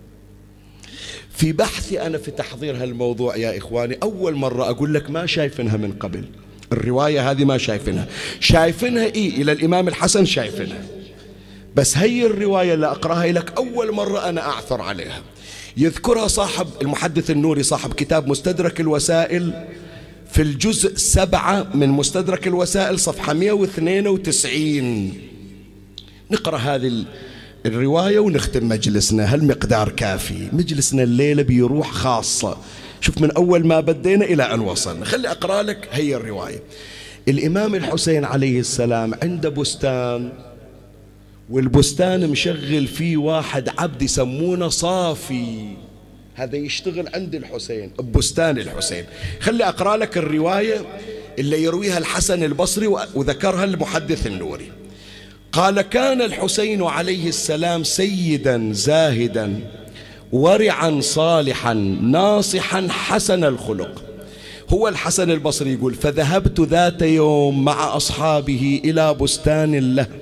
في بحثي أنا في تحضير هالموضوع يا إخواني، أول مرة أقول لك ما شايفينها من قبل، الرواية هذه ما شايفينها، شايفينها إيه إلى الإمام الحسن شايفينها، بس هي الرواية اللي أقرأها لك أول مرة أنا أعثر عليها. يذكرها صاحب المحدث النوري صاحب كتاب مستدرك الوسائل في الجزء سبعة من مستدرك الوسائل صفحة مئة واثنين وتسعين. نقرأ هذه الرواية ونختم مجلسنا، هالمقدار كافي، مجلسنا الليلة بيروح خاصة. شوف من أول ما بدينا إلى أن وصلنا. خلي أقرأ لك هي الرواية. الإمام الحسين عليه السلام عنده بستان، والبستان مشغل فيه واحد عبد يسمونه صافي، هذا يشتغل عند الحسين ببستان الحسين. خلي أقرأ لك الرواية اللي يرويها الحسن البصري وذكرها المحدث النوري. قال: كان الحسين عليه السلام سيدا زاهدا ورعا صالحا ناصحا حسن الخلق. هو الحسن البصري يقول: فذهبت ذات يوم مع أصحابه إلى بستان له،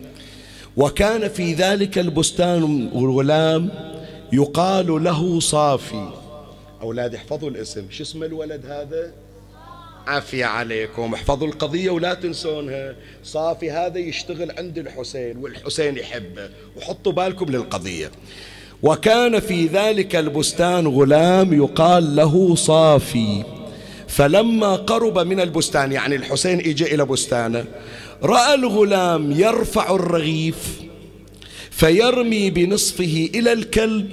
وكان في ذلك البستان غلام يقال له صافي. أولاد احفظوا الاسم، شو اسم الولد هذا؟ عافية عليكم، احفظوا القضية ولا تنسونها. صافي هذا يشتغل عند الحسين والحسين يحبه، وحطوا بالكم للقضية. وكان في ذلك البستان غلام يقال له صافي، فلما قرب من البستان، يعني الحسين اجى إلى بستانه، رأى الغلام يرفع الرغيف فيرمي بنصفه إلى الكلب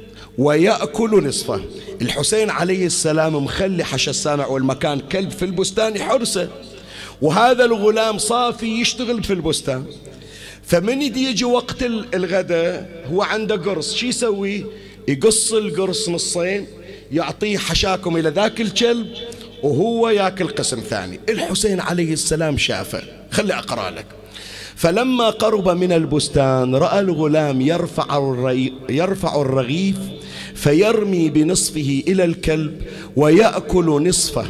ويأكل نصفه. الحسين عليه السلام مخلي حش السامع والمكان كلب في البستان يحرسه، وهذا الغلام صافي يشتغل في البستان. فمن يدي يجي وقت الغداء هو عنده قرص، شو يسوي؟ يقص القرص نصين يعطيه حشاكم إلى ذاك الكلب وهو ياكل قسم ثاني. الحسين عليه السلام شافه. خلي أقرأ لك. فلما قرب من البستان رأى الغلام يرفع, الري... يرفع الرغيف فيرمي بنصفه إلى الكلب ويأكل نصفه،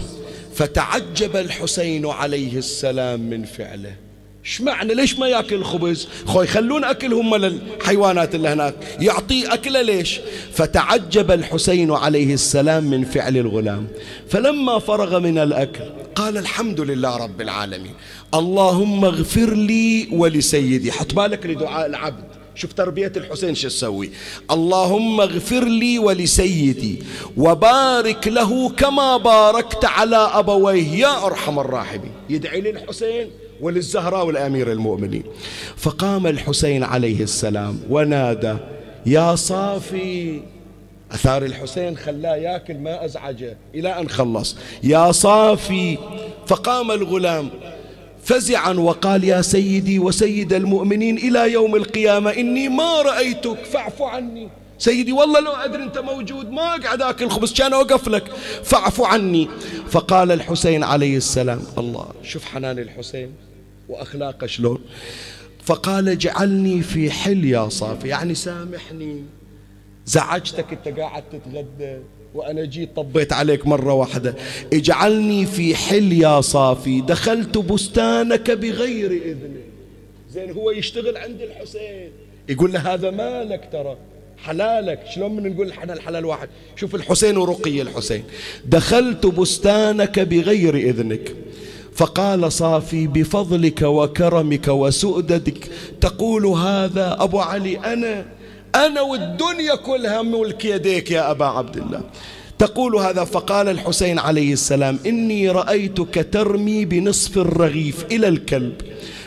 فتعجب الحسين عليه السلام من فعله. ايش معنى؟ ليش ما ياكل خبز؟ خوي خلون أكلهم للحيوانات اللي هناك، يعطيه أكله ليش؟ فتعجب الحسين عليه السلام من فعل الغلام. فلما فرغ من الأكل قال: الحمد لله رب العالمين، اللهم اغفر لي ولسيدي. حط بالك لدعاء العبد، شوف تربية الحسين شو تسوي. اللهم اغفر لي ولسيدي وبارك له كما باركت على أبويه يا أرحم الراحمين. يدعي للحسين وللزهراء والأمير المؤمنين. فقام الحسين عليه السلام ونادى: يا صافي. أثار الحسين خلاه ياكل ما أزعجه إلى أن خلص. يا صافي. فقام الغلام فزعا وقال: يا سيدي وسيد المؤمنين إلى يوم القيامة إني ما رأيتك فاعف عني. سيدي والله لو أدري أنت موجود ما أقعد أكل خبز، كان أوقف لك، فاعف عني. فقال الحسين عليه السلام، الله شوف حنان الحسين وأخلاقه شلون، فقال: اجعلني في حل يا صافي، يعني سامحني، زعجتك أنت قاعد تتغدى وأنا جيت طبيت عليك مرة واحدة، اجعلني في حل يا صافي، دخلت بستانك بغير إذنك. زين هو يشتغل عند الحسين، يقول له هذا مالك ترى حلالك. شلون من نقول احنا الحلال واحد؟ شوف الحسين ورقي الحسين. دخلت بستانك بغير إذنك. فقال صافي: بفضلك وكرمك وسؤددك تقول هذا؟ أبو علي أنا أنا والدنيا كلها ملك يديك يا أبا عبد الله تقول هذا. فقال الحسين عليه السلام: إني رأيتك ترمي بنصف الرغيف إلى الكلب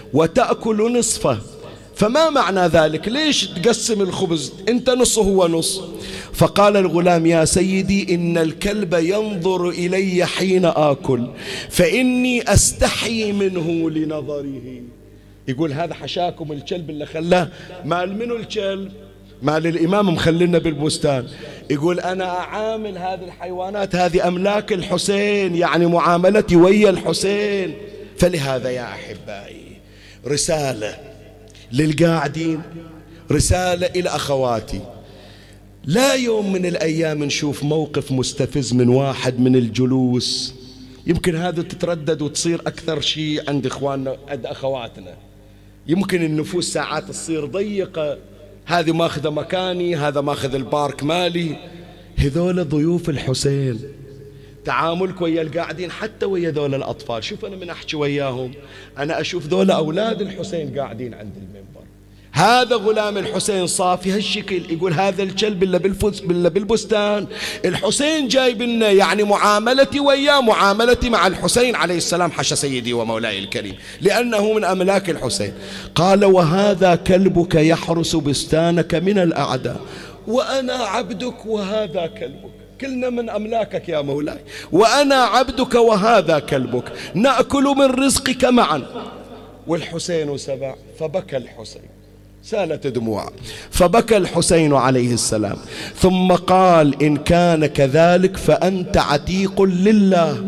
وتأكل نصفه، فما معنى ذلك؟ ليش تقسم الخبز أنت نصه هو نص؟ فقال الغلام: يا سيدي إن الكلب ينظر إلي حين آكل فإني أستحي منه لنظره. يقول هذا حشاكم الكلب اللي خلاه. مال منو الكلب؟ مال الإمام مخلينا بالبستان. يقول أنا أعامل هذه الحيوانات، هذه أملاك الحسين، يعني معاملتي ويا الحسين. فلهذا يا أحبائي رسالة للقاعدين، رسالة إلى أخواتي، لا يوم من الأيام نشوف موقف مستفز من واحد من الجلوس، يمكن هذا تتردد وتصير أكثر شيء عند إخواننا عند أخواتنا، يمكن النفوس ساعات تصير ضيقة، هذه ماخذة مكاني، هذا ماخذ البارك مالي. هذول ضيوف الحسين، تعاملك ويا القاعدين حتى ويا ذول الأطفال. شوف أنا من أحكي وياهم أنا أشوف ذول أولاد الحسين قاعدين عند المنبر، هذا غلام الحسين صافي هالشكل، يقول هذا الكلب اللي بالفس اللي بالبستان الحسين جايب لنا، يعني معاملتي وياه معاملتي مع الحسين عليه السلام، حاشا سيدي ومولاي الكريم، لأنه من أملاك الحسين. قال وهذا كلبك يحرس بستانك من الأعداء وأنا عبدك وهذا كلبك، كلنا من أملاكك يا مولاي، وأنا عبدك وهذا كلبك، نأكل من رزقك معا. والحسين سبع، فبكى الحسين، سالت دموع، فبكى الحسين عليه السلام، ثم قال إن كان كذلك فأنت عتيق لله،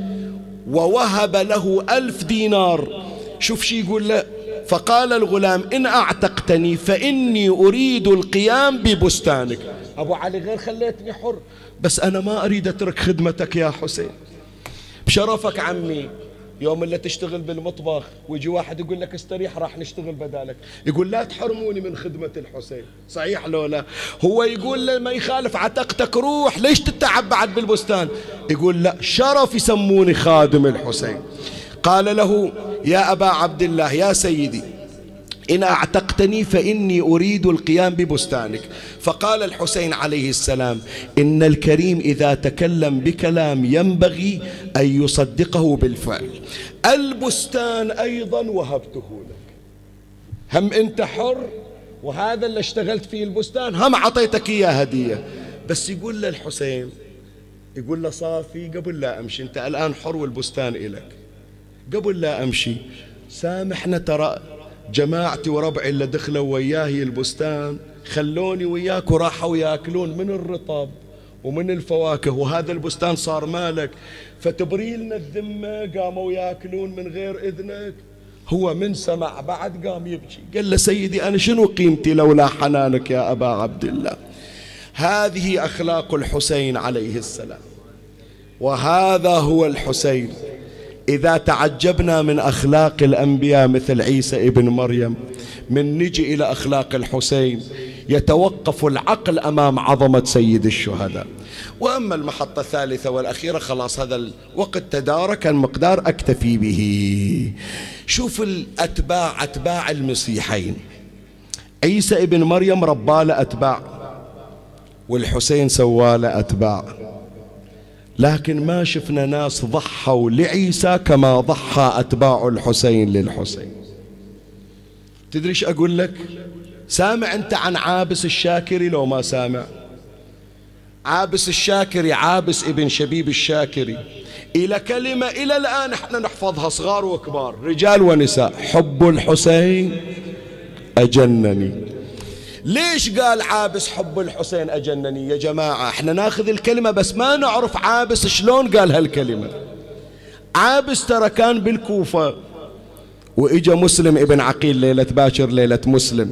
ووهب له ألف دينار. شوف شي يقول له، فقال الغلام إن أعتقتني فإني أريد القيام ببستانك. أبو علي غير خليتني حر، بس أنا ما أريد أترك خدمتك يا حسين، بشرفك عمي. يوم اللي تشتغل بالمطبخ ويجي واحد يقول لك استريح راح نشتغل بدالك، يقول لا تحرموني من خدمة الحسين، صحيح لو لا؟ هو يقول له ما يخالف عتقتك روح، ليش تتعب بعد بالبستان؟ يقول لا شرف يسموني خادم الحسين. قال له يا أبا عبد الله يا سيدي إن أعتقتني فإني أريد القيام ببستانك. فقال الحسين عليه السلام إن الكريم إذا تكلم بكلام ينبغي أن يصدقه بالفعل، البستان أيضا وهبته لك، هم أنت حر وهذا اللي اشتغلت فيه البستان هم عطيتك إياه هدية. بس يقول له الحسين، يقول له صافي قبل لا أمشي، أنت الآن حر والبستان إلك، قبل لا أمشي سامحنا، ترى جماعتي وربعي اللي دخلوا وياهي البستان خلوني وياك وراحوا ياكلون من الرطب ومن الفواكه، وهذا البستان صار مالك، فتبري لنا الذمة قاموا ياكلون من غير إذنك. هو من سمع بعد قام يبكي، قال له سيدي أنا شنو قيمتي لولا حنانك يا أبا عبد الله. هذه أخلاق الحسين عليه السلام، وهذا هو الحسين. إذا تعجبنا من أخلاق الأنبياء مثل عيسى ابن مريم، من نجي إلى أخلاق الحسين يتوقف العقل أمام عظمة سيد الشهداء. وأما المحطة الثالثة والأخيرة خلاص هذا الوقت تدارك المقدار أكتفي به. شوف الأتباع، أتباع المسيحين، عيسى ابن مريم رباله أتباع والحسين سواله أتباع، لكن ما شفنا ناس ضحوا لعيسى كما ضحى أتباع الحسين للحسين. تدري ايش أقول لك؟ سامع أنت عن عابس الشاكري لو ما سامع؟ عابس الشاكري، عابس ابن شبيب الشاكري، إلى كلمة إلى الآن احنا نحفظها صغار وكبار رجال ونساء: حب الحسين أجنني. ليش قال عابس حب الحسين أجنني؟ يا جماعة احنا ناخذ الكلمة بس ما نعرف عابس شلون قال هالكلمة. عابس ترى كان بالكوفة، وإجا مسلم ابن عقيل ليلة باكر، ليلة مسلم،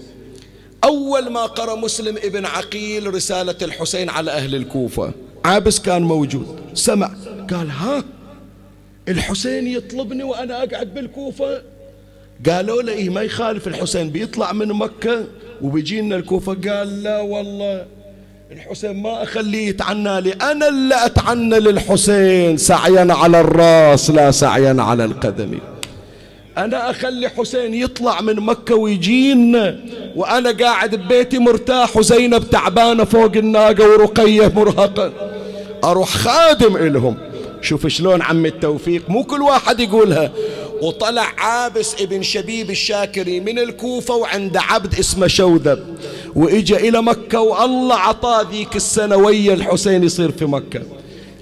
أول ما قرأ مسلم ابن عقيل رسالة الحسين على أهل الكوفة، عابس كان موجود، سمع قال ها الحسين يطلبني وأنا أقعد بالكوفة؟ قالوا له إيه ما يخالف، الحسين بيطلع من مكة وبيجينا الكوفة. قال لا والله الحسين ما أخليه يتعنى لي، أنا اللي أتعنى للحسين سعيا على الرأس لا سعيا على القدم. أنا أخلي حسين يطلع من مكة ويجينا وأنا قاعد ببيتي مرتاح وزينب تعبانة فوق الناقة ورقية مرهقة، أروح خادم إلهم. شوف شلون عم التوفيق، مو كل واحد يقولها. وطلع عابس ابن شبيب الشاكري من الكوفة وعند عبد اسمه شوذب، وإجا إلى مكة، والله عطاه ذيك السنة ويا الحسين يصير في مكة.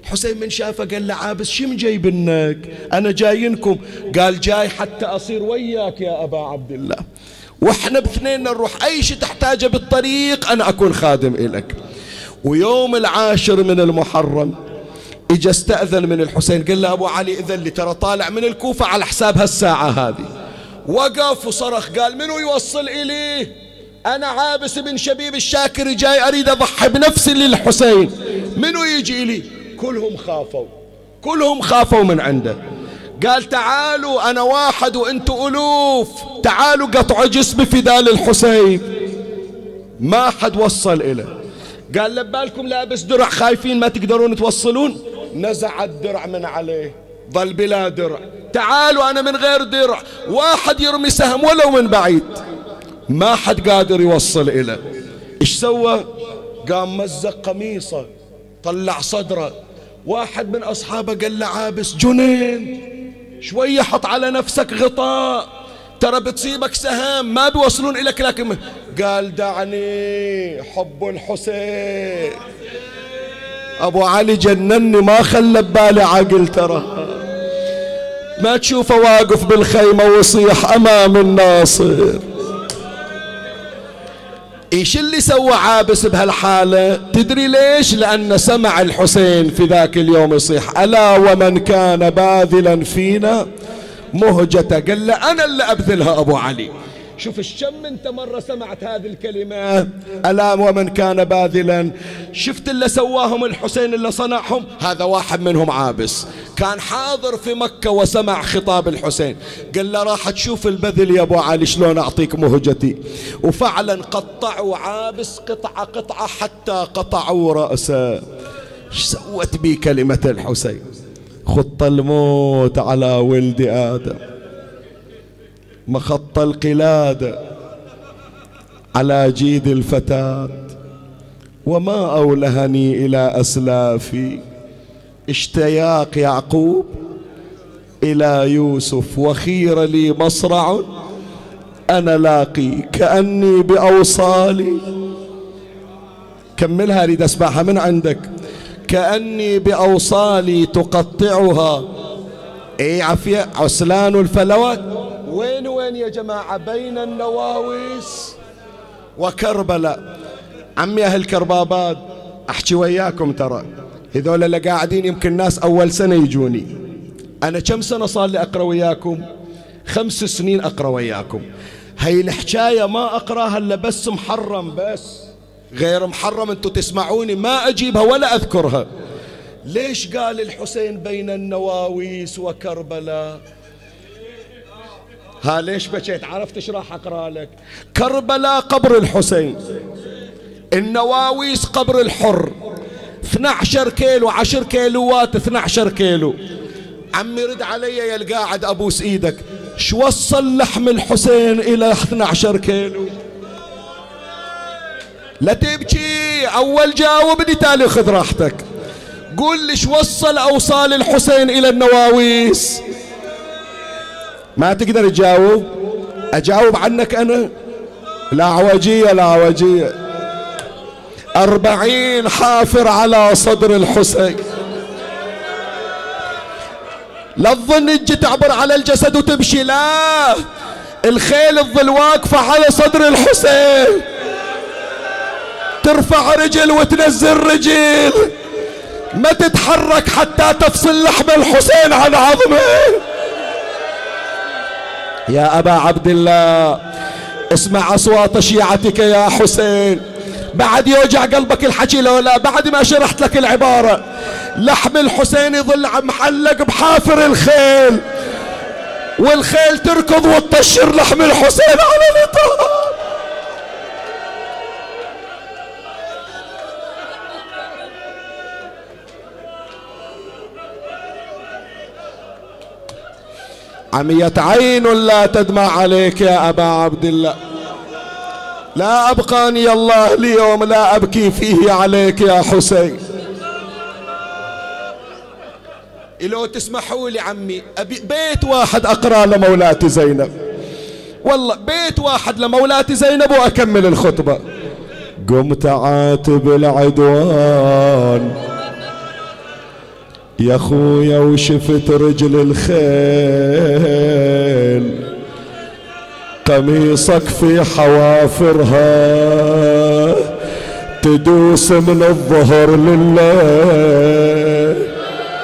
الحسين من شافه قال له عابس شم جايبنك؟ أنا جاينكم. قال جاي حتى أصير وياك يا أبا عبد الله، وإحنا باثنين نروح أي شيء تحتاجه بالطريق أنا أكون خادم إلك. ويوم العاشر من المحرم إجا استأذن من الحسين، قال له أبو علي إذن لي، ترى طالع من الكوفة على حساب هالساعة هذه. وقف وصرخ قال منو يوصل إلي؟ أنا عابس بن شبيب الشاكري جاي أريد أضحي بنفسي للحسين، منو يجي لي؟ كلهم خافوا، كلهم خافوا من عنده. قال تعالوا أنا واحد وأنتوا ألوف، تعالوا قطعوا جسمي فداء للحسين. ما حد وصل إله. قال لبالكم لابس درع خايفين ما تقدرون توصلون؟ نزع الدرع من عليه، ظل بلا درع. تعالوا أنا من غير درع، واحد يرمي سهم ولو من بعيد. ما حد قادر يوصل إله. إيش سوى؟ قام مزق قميصه، طلع صدره. واحد من أصحابه قال له عابس جنين، شوية حط على نفسك غطاء، ترى بتصيبك سهام ما بيوصلون إليك. لكن قال دعني حب الحسين. أبو علي جنني ما خلى ببالي عقل، ترى ما تشوفه واقف بالخيمة ويصيح أمام الناصر. إيش اللي سوى عابس بهالحالة؟ تدري ليش؟ لأن سمع الحسين في ذاك اليوم يصيح ألا ومن كان باذلا فينا مهجته. قال له أنا اللي أبذلها أبو علي. شوف الشم انت مرة سمعت هذه الكلمات ألا ومن كان باذلا. شفت اللي سواهم الحسين اللي صنعهم؟ هذا واحد منهم عابس، كان حاضر في مكة وسمع خطاب الحسين. قال له راح تشوف البذل يا أبو علي شلون أعطيك مهجتي. وفعلا قطعوا عابس قطعة قطعة حتى قطعوا رأسه. ايش سوت بي كلمة الحسين؟ خط الموت على ولد آدم، مخط القلادة على جيد الفتاة، وما أولهني إلى أسلافي اشتياق يعقوب إلى يوسف، وخير لي مصرع أنا لاقي كأني بأوصالي. كملها أريد أسمعها من عندك. كأني بأوصالي تقطعها اي عافية عسلان الفلوات. وين وين يا جماعة؟ بين النواويس وكربلاء. عمي أهل كرباباد أحكي وياكم، ترى هذول اللي قاعدين يمكن ناس أول سنة يجوني. أنا كم سنة صار لي أقرأ وياكم؟ خمس سنين أقرأ وياكم. هاي الحكاية ما أقرأها إلا بس محرم، بس غير محرم أنتوا تسمعوني ما أجيبها ولا أذكرها. ليش قال الحسين بين النواويس وكربلاء؟ ها ليش بكيت؟ عرفت ايش راح اقرا لك؟ كربلاء قبر الحسين، النواويس قبر الحر، اثني عشر كيلو، عشر كيلوات، اثني عشر كيلو. عمي رد علي يا القاعد ابوس ايدك، شو وصل لحم الحسين الى اثني عشر كيلو؟ لا تبكي، اول جاوبني تالي خذ راحتك. قول لي شو وصل اوصال الحسين الى النواويس؟ ما تقدر تجاوب؟ اجاوب عنك انا؟ لا عوجية لا عوجية. أربعين حافر على صدر الحسين. لا تظن تجي تعبر على الجسد وتمشي، لا، الخيل تظل واقفة على صدر الحسين، ترفع رجل وتنزل رجل، ما تتحرك حتى تفصل لحم الحسين عن عظمه. يا أبا عبد الله اسمع أصوات شيعتك يا حسين. بعد يوجع قلبك الحكي لو لا؟ بعد ما شرحت لك العبارة، لحم الحسين يظل محلق بحافر الخيل، والخيل تركض وتطشر لحم الحسين على الإطار. عمية عين لا تدمع عليك يا أبا عبد الله، لا أبقاني الله اليوم لا أبكي فيه عليك يا حسين. لو تسمحوا لي عمي أبي بيت واحد أقرأ لمولاتي زينب، والله بيت واحد لمولاتي زينب وأكمل الخطبة. قمت عاتب العدوان يا خويا وشفت رجل الخيل قميصك في حوافرها تدوس من الظهر لله.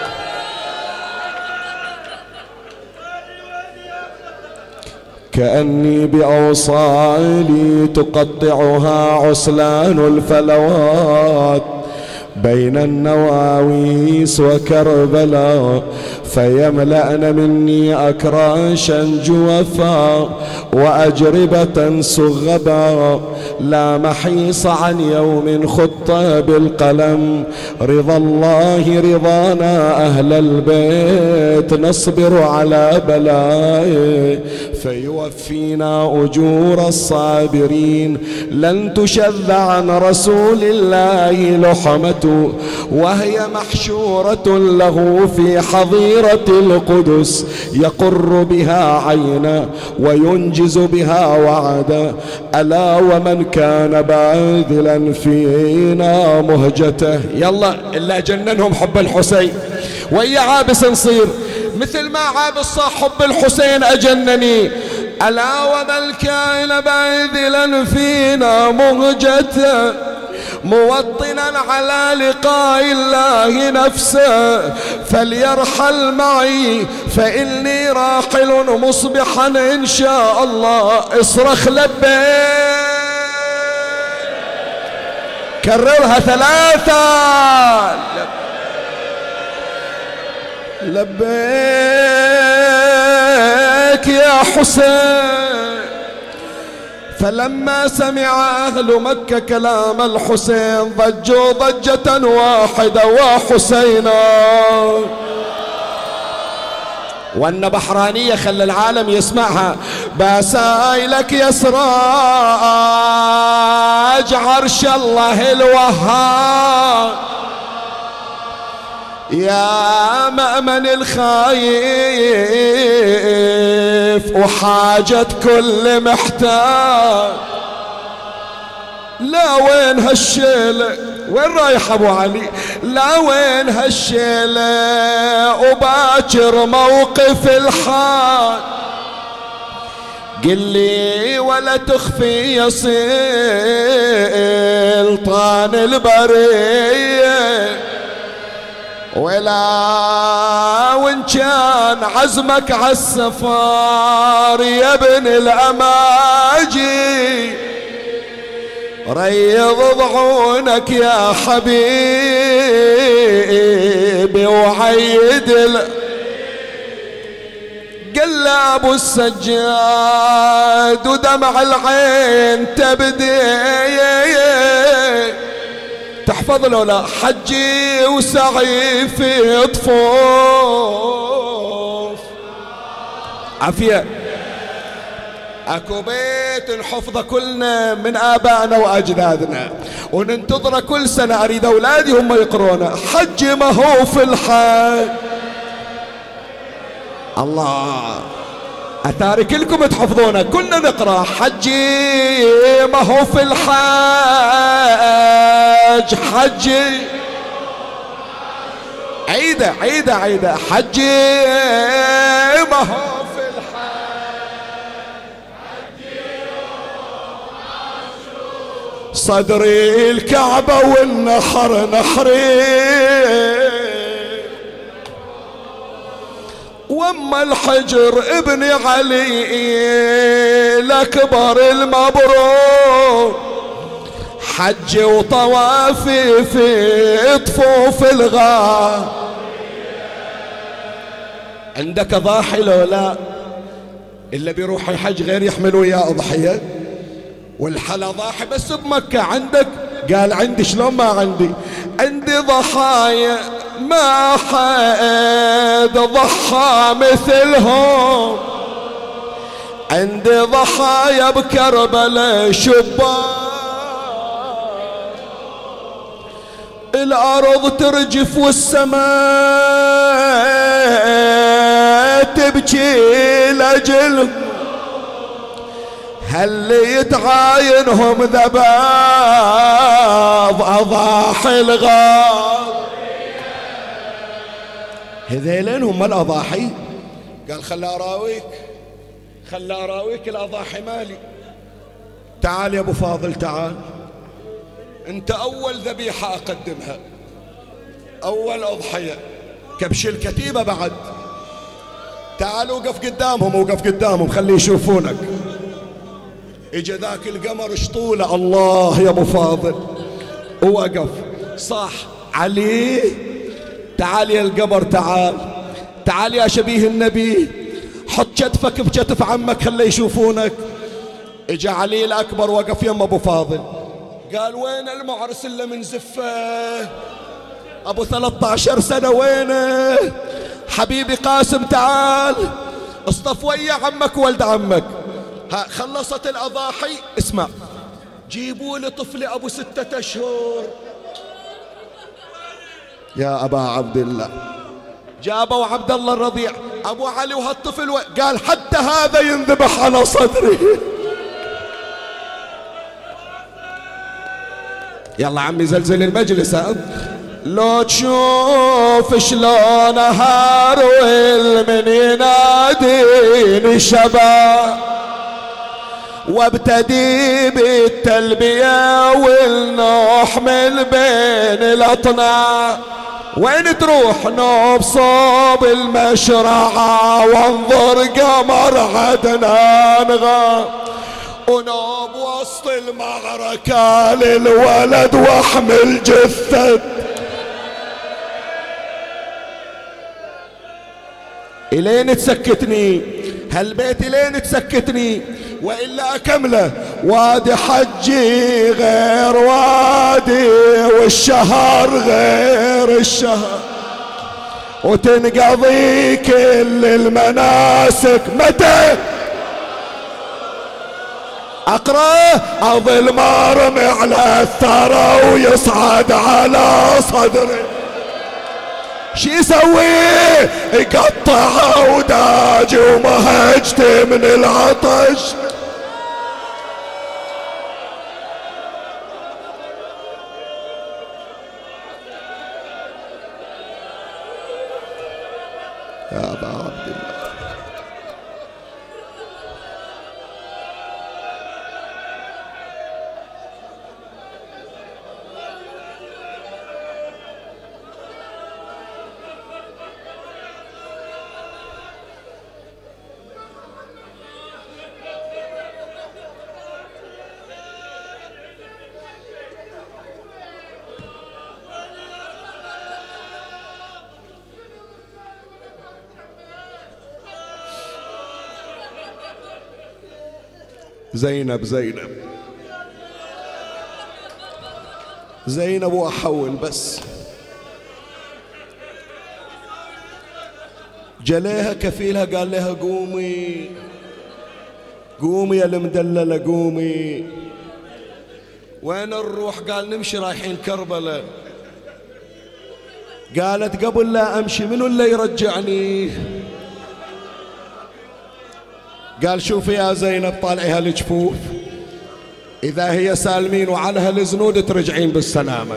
كأني بأوصالي تقطعها عسلان الفلوات بين النواويس وكربلاء فيملأن مني أكراشا جوفا وأجربة سغبا لا محيص عن يوم خط بالقلم رضا الله رضانا أهل البيت نصبر على بلائه فيوفينا أجور الصابرين لن تشذ عن رسول الله لحمة وهي محشورة له في حظيرة القدس يقر بها عينا وينجز بها وعدا ألا ومن كان باذلا فينا مهجته. يلا إلا جننهم حب الحسين ويا عابس نصير مثل ما عابس صاح حب الحسين أجنني. ألا ومن كان باذلا فينا مهجته موطنا على لقاء الله نفسه فليرحل معي فإني راحل مصبحا إن شاء الله. اصرخ لبيك كررها ثلاثة لبيك يا حسين. فلما سمع أهل مكة كلام الحسين ضجوا ضجة واحدة وحسينا. وأن بحرانية خلى العالم يسمعها بسايلك يا سراج عرش الله الوهاب يا مأمن الخايف وحاجة كل محتاج. لا وين هالشيلة وين رايح ابو علي لا وين هالشيلة وباكر موقف الحال قل لي ولا تخفي يا سلطان البرية ولا وإن كان عزمك عالسفار يا ابن الأماجي ريض ضعونك يا حبيبي وعيد ال... قل ابو السجاد ودمع العين تبدي تحفظ له لا حجي وسعي في طفوف عافية. اكو بيت نحفظه كلنا من ابائنا واجدادنا وننتظره كل سنة اريد اولادي هم يقرونه حجي ما هو في الحج. الله أتاري كلكم تحفظونه كلنا نقرأ حجي ما هو في الحج حجي عيدة عيدة عيدة حجي ما هو في الحج صدري الكعبة والنحر نحري واما الحجر ابن علي الاكبر المبروك حج وطوافي في طفوف الغار. عندك ضاحي لو لا اللي بيروح الحج غير يحمل وياه اضحيه والحلا ضاحي بس بمكة عندك قال عندي شلون ما عندي عندي ضحايا ما حد ضحى مثلهم عندي ضحايا بكربلاء شبان الأرض ترجف والسماء تبكي لأجلهم هل يتعاينهم ذباب أضاحي الغار هذيلين هم الأضاحي. قال خلى أراويك، خلى أراويك الأضاحي مالي. تعال يا أبو فاضل تعال، أنت أول ذبيحة أقدمها، أول أضحية، كبش الكتيبة بعد. تعال وقف قدامهم، وقف قدامهم خلي يشوفونك. اجا ذاك القمر شطوله، الله يا أبو فاضل، ووقف صح علي. تعال يا القمر تعال، تعال يا شبيه النبي، حط كتفك بكتف عمك خلي يشوفونك. اجا علي الأكبر وقف يم أبو فاضل، قال وين المعرس اللي من زفه أبو ثلاثة عشر سنة وينه؟ حبيبي قاسم تعال اصطف ويا عمك وولد عمك. ها خلصت الأضاحي، اسمع، جيبوا لي طفل أبو ستة أشهر. يا أبا عبد الله، جابوا عبد الله الرضيع أبو علي وهالطفل و... قال حتى هذا ينذبح على صدري. يلا عمي زلزل المجلس. ها لو تشوف شلون هارويل من يناديني شباب، وابتدي بالتلبية والنوح من بين الأطناع. وين تروح نوب صوب المشرعة وانظر قمر عدنان غاب، ونوب وسط المعركة للولد واحمل جثة. إلين تسكتني هالبيت، إلين تسكتني وإلا أكمله. وادي حجي غير وادي، والشهر غير الشهر، وتنقضي كل المناسك متى أقرأ أظل مرمي على الثرى ويصعد على صدري. شي يسوي؟ يقطع وداجي ومهجتي من العطش. يا أبا عبد الله، زينب زينب زينب وأحول بس. جليها كفيلها قال لها قومي قومي يا المدللة قومي. وين نروح؟ قال نمشي رايحين كربلاء. قالت قبل لا أمشي منو اللي يرجعني؟ قال شوفي يا زينب طالعي هالجفوف، إذا هي سالمين وعلى هالزنود ترجعين بالسلامة،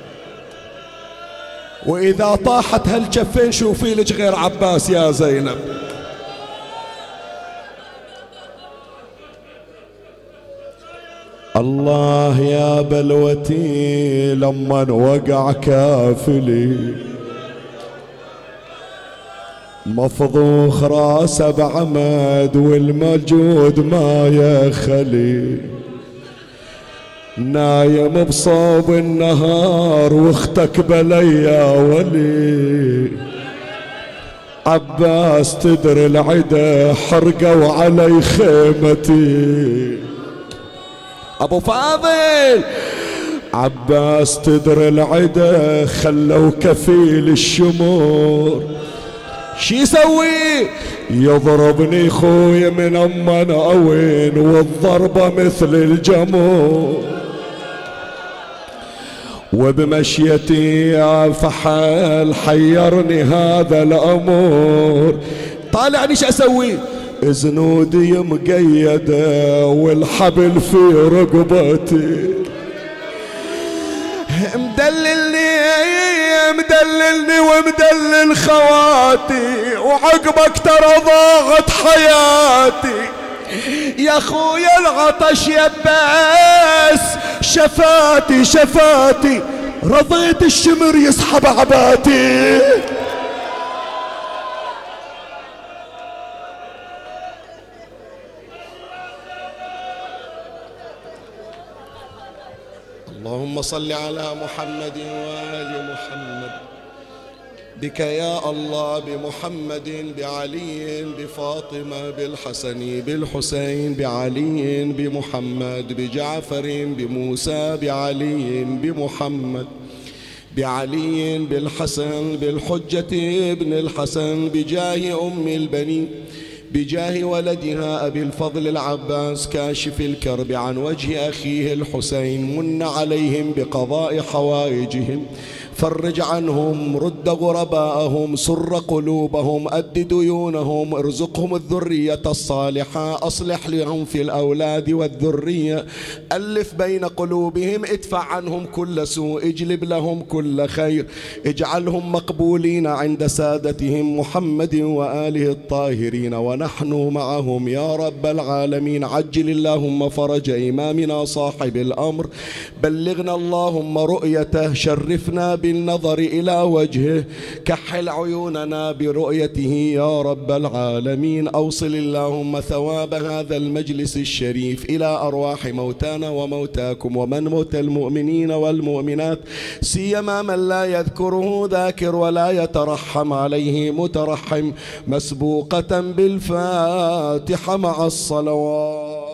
وإذا طاحت هالجفين شوفي لك غير عباس يا زينب. الله يا بلوتي لما وقع كافلي، مفضوخ راسه بعمد والموجود ما يخلي، نايم بصوب النهار واختك بلي يا ولي. عباس تدري العدا حرقوا علي خيمتي. ابو فاضل عباس تدري العدا خلوا كفيل الشمور. شي يسوي؟ يضربني خوي من أمن أوين والضربة مثل الجمور، وبمشيتي يا فحال حيرني هذا الأمور. طالعني شو أسوي؟ زنودي مقيدة والحبل في رقبتي، مدللني مدللني ومدلل خواتي، وعقبك ترى ضاغت حياتي. يا خويا العطش يباس شفاتي شفاتي، رضيت الشمر يسحب عباتي. اللهم صل على محمد وآل محمد. بك يا الله، بمحمد، بعلي، بفاطمة، بالحسن، بالحسين، بعلي، بمحمد، بجعفر، بموسى، بعلي، بمحمد، بعلي، بالحسن، بالحجة ابن الحسن، بجاه أم البنين، بجاه ولدها أبي الفضل العباس كاشف الكرب عن وجه أخيه الحسين. من عليهم بقضاء حوائجهم، فرج عنهم، رد غرباءهم، سر قلوبهم، أد ديونهم، ارزقهم الذرية الصالحة، أصلح لهم في الأولاد والذرية، ألف بين قلوبهم، ادفع عنهم كل سوء، اجلب لهم كل خير، اجعلهم مقبولين عند سادتهم محمد وآله الطاهرين، ونحن معهم يا رب العالمين. عجل اللهم فرج إمامنا صاحب الأمر، بلغنا اللهم رؤيته، شرفنا بالنظر إلى وجهه، كحل عيوننا برؤيته يا رب العالمين. أوصل اللهم ثواب هذا المجلس الشريف إلى أرواح موتانا وموتاكم، ومن موت المؤمنين والمؤمنات، سيما من لا يذكره ذاكر ولا يترحم عليه مترحم، مسبوقة بالفاتحة مع الصلوات.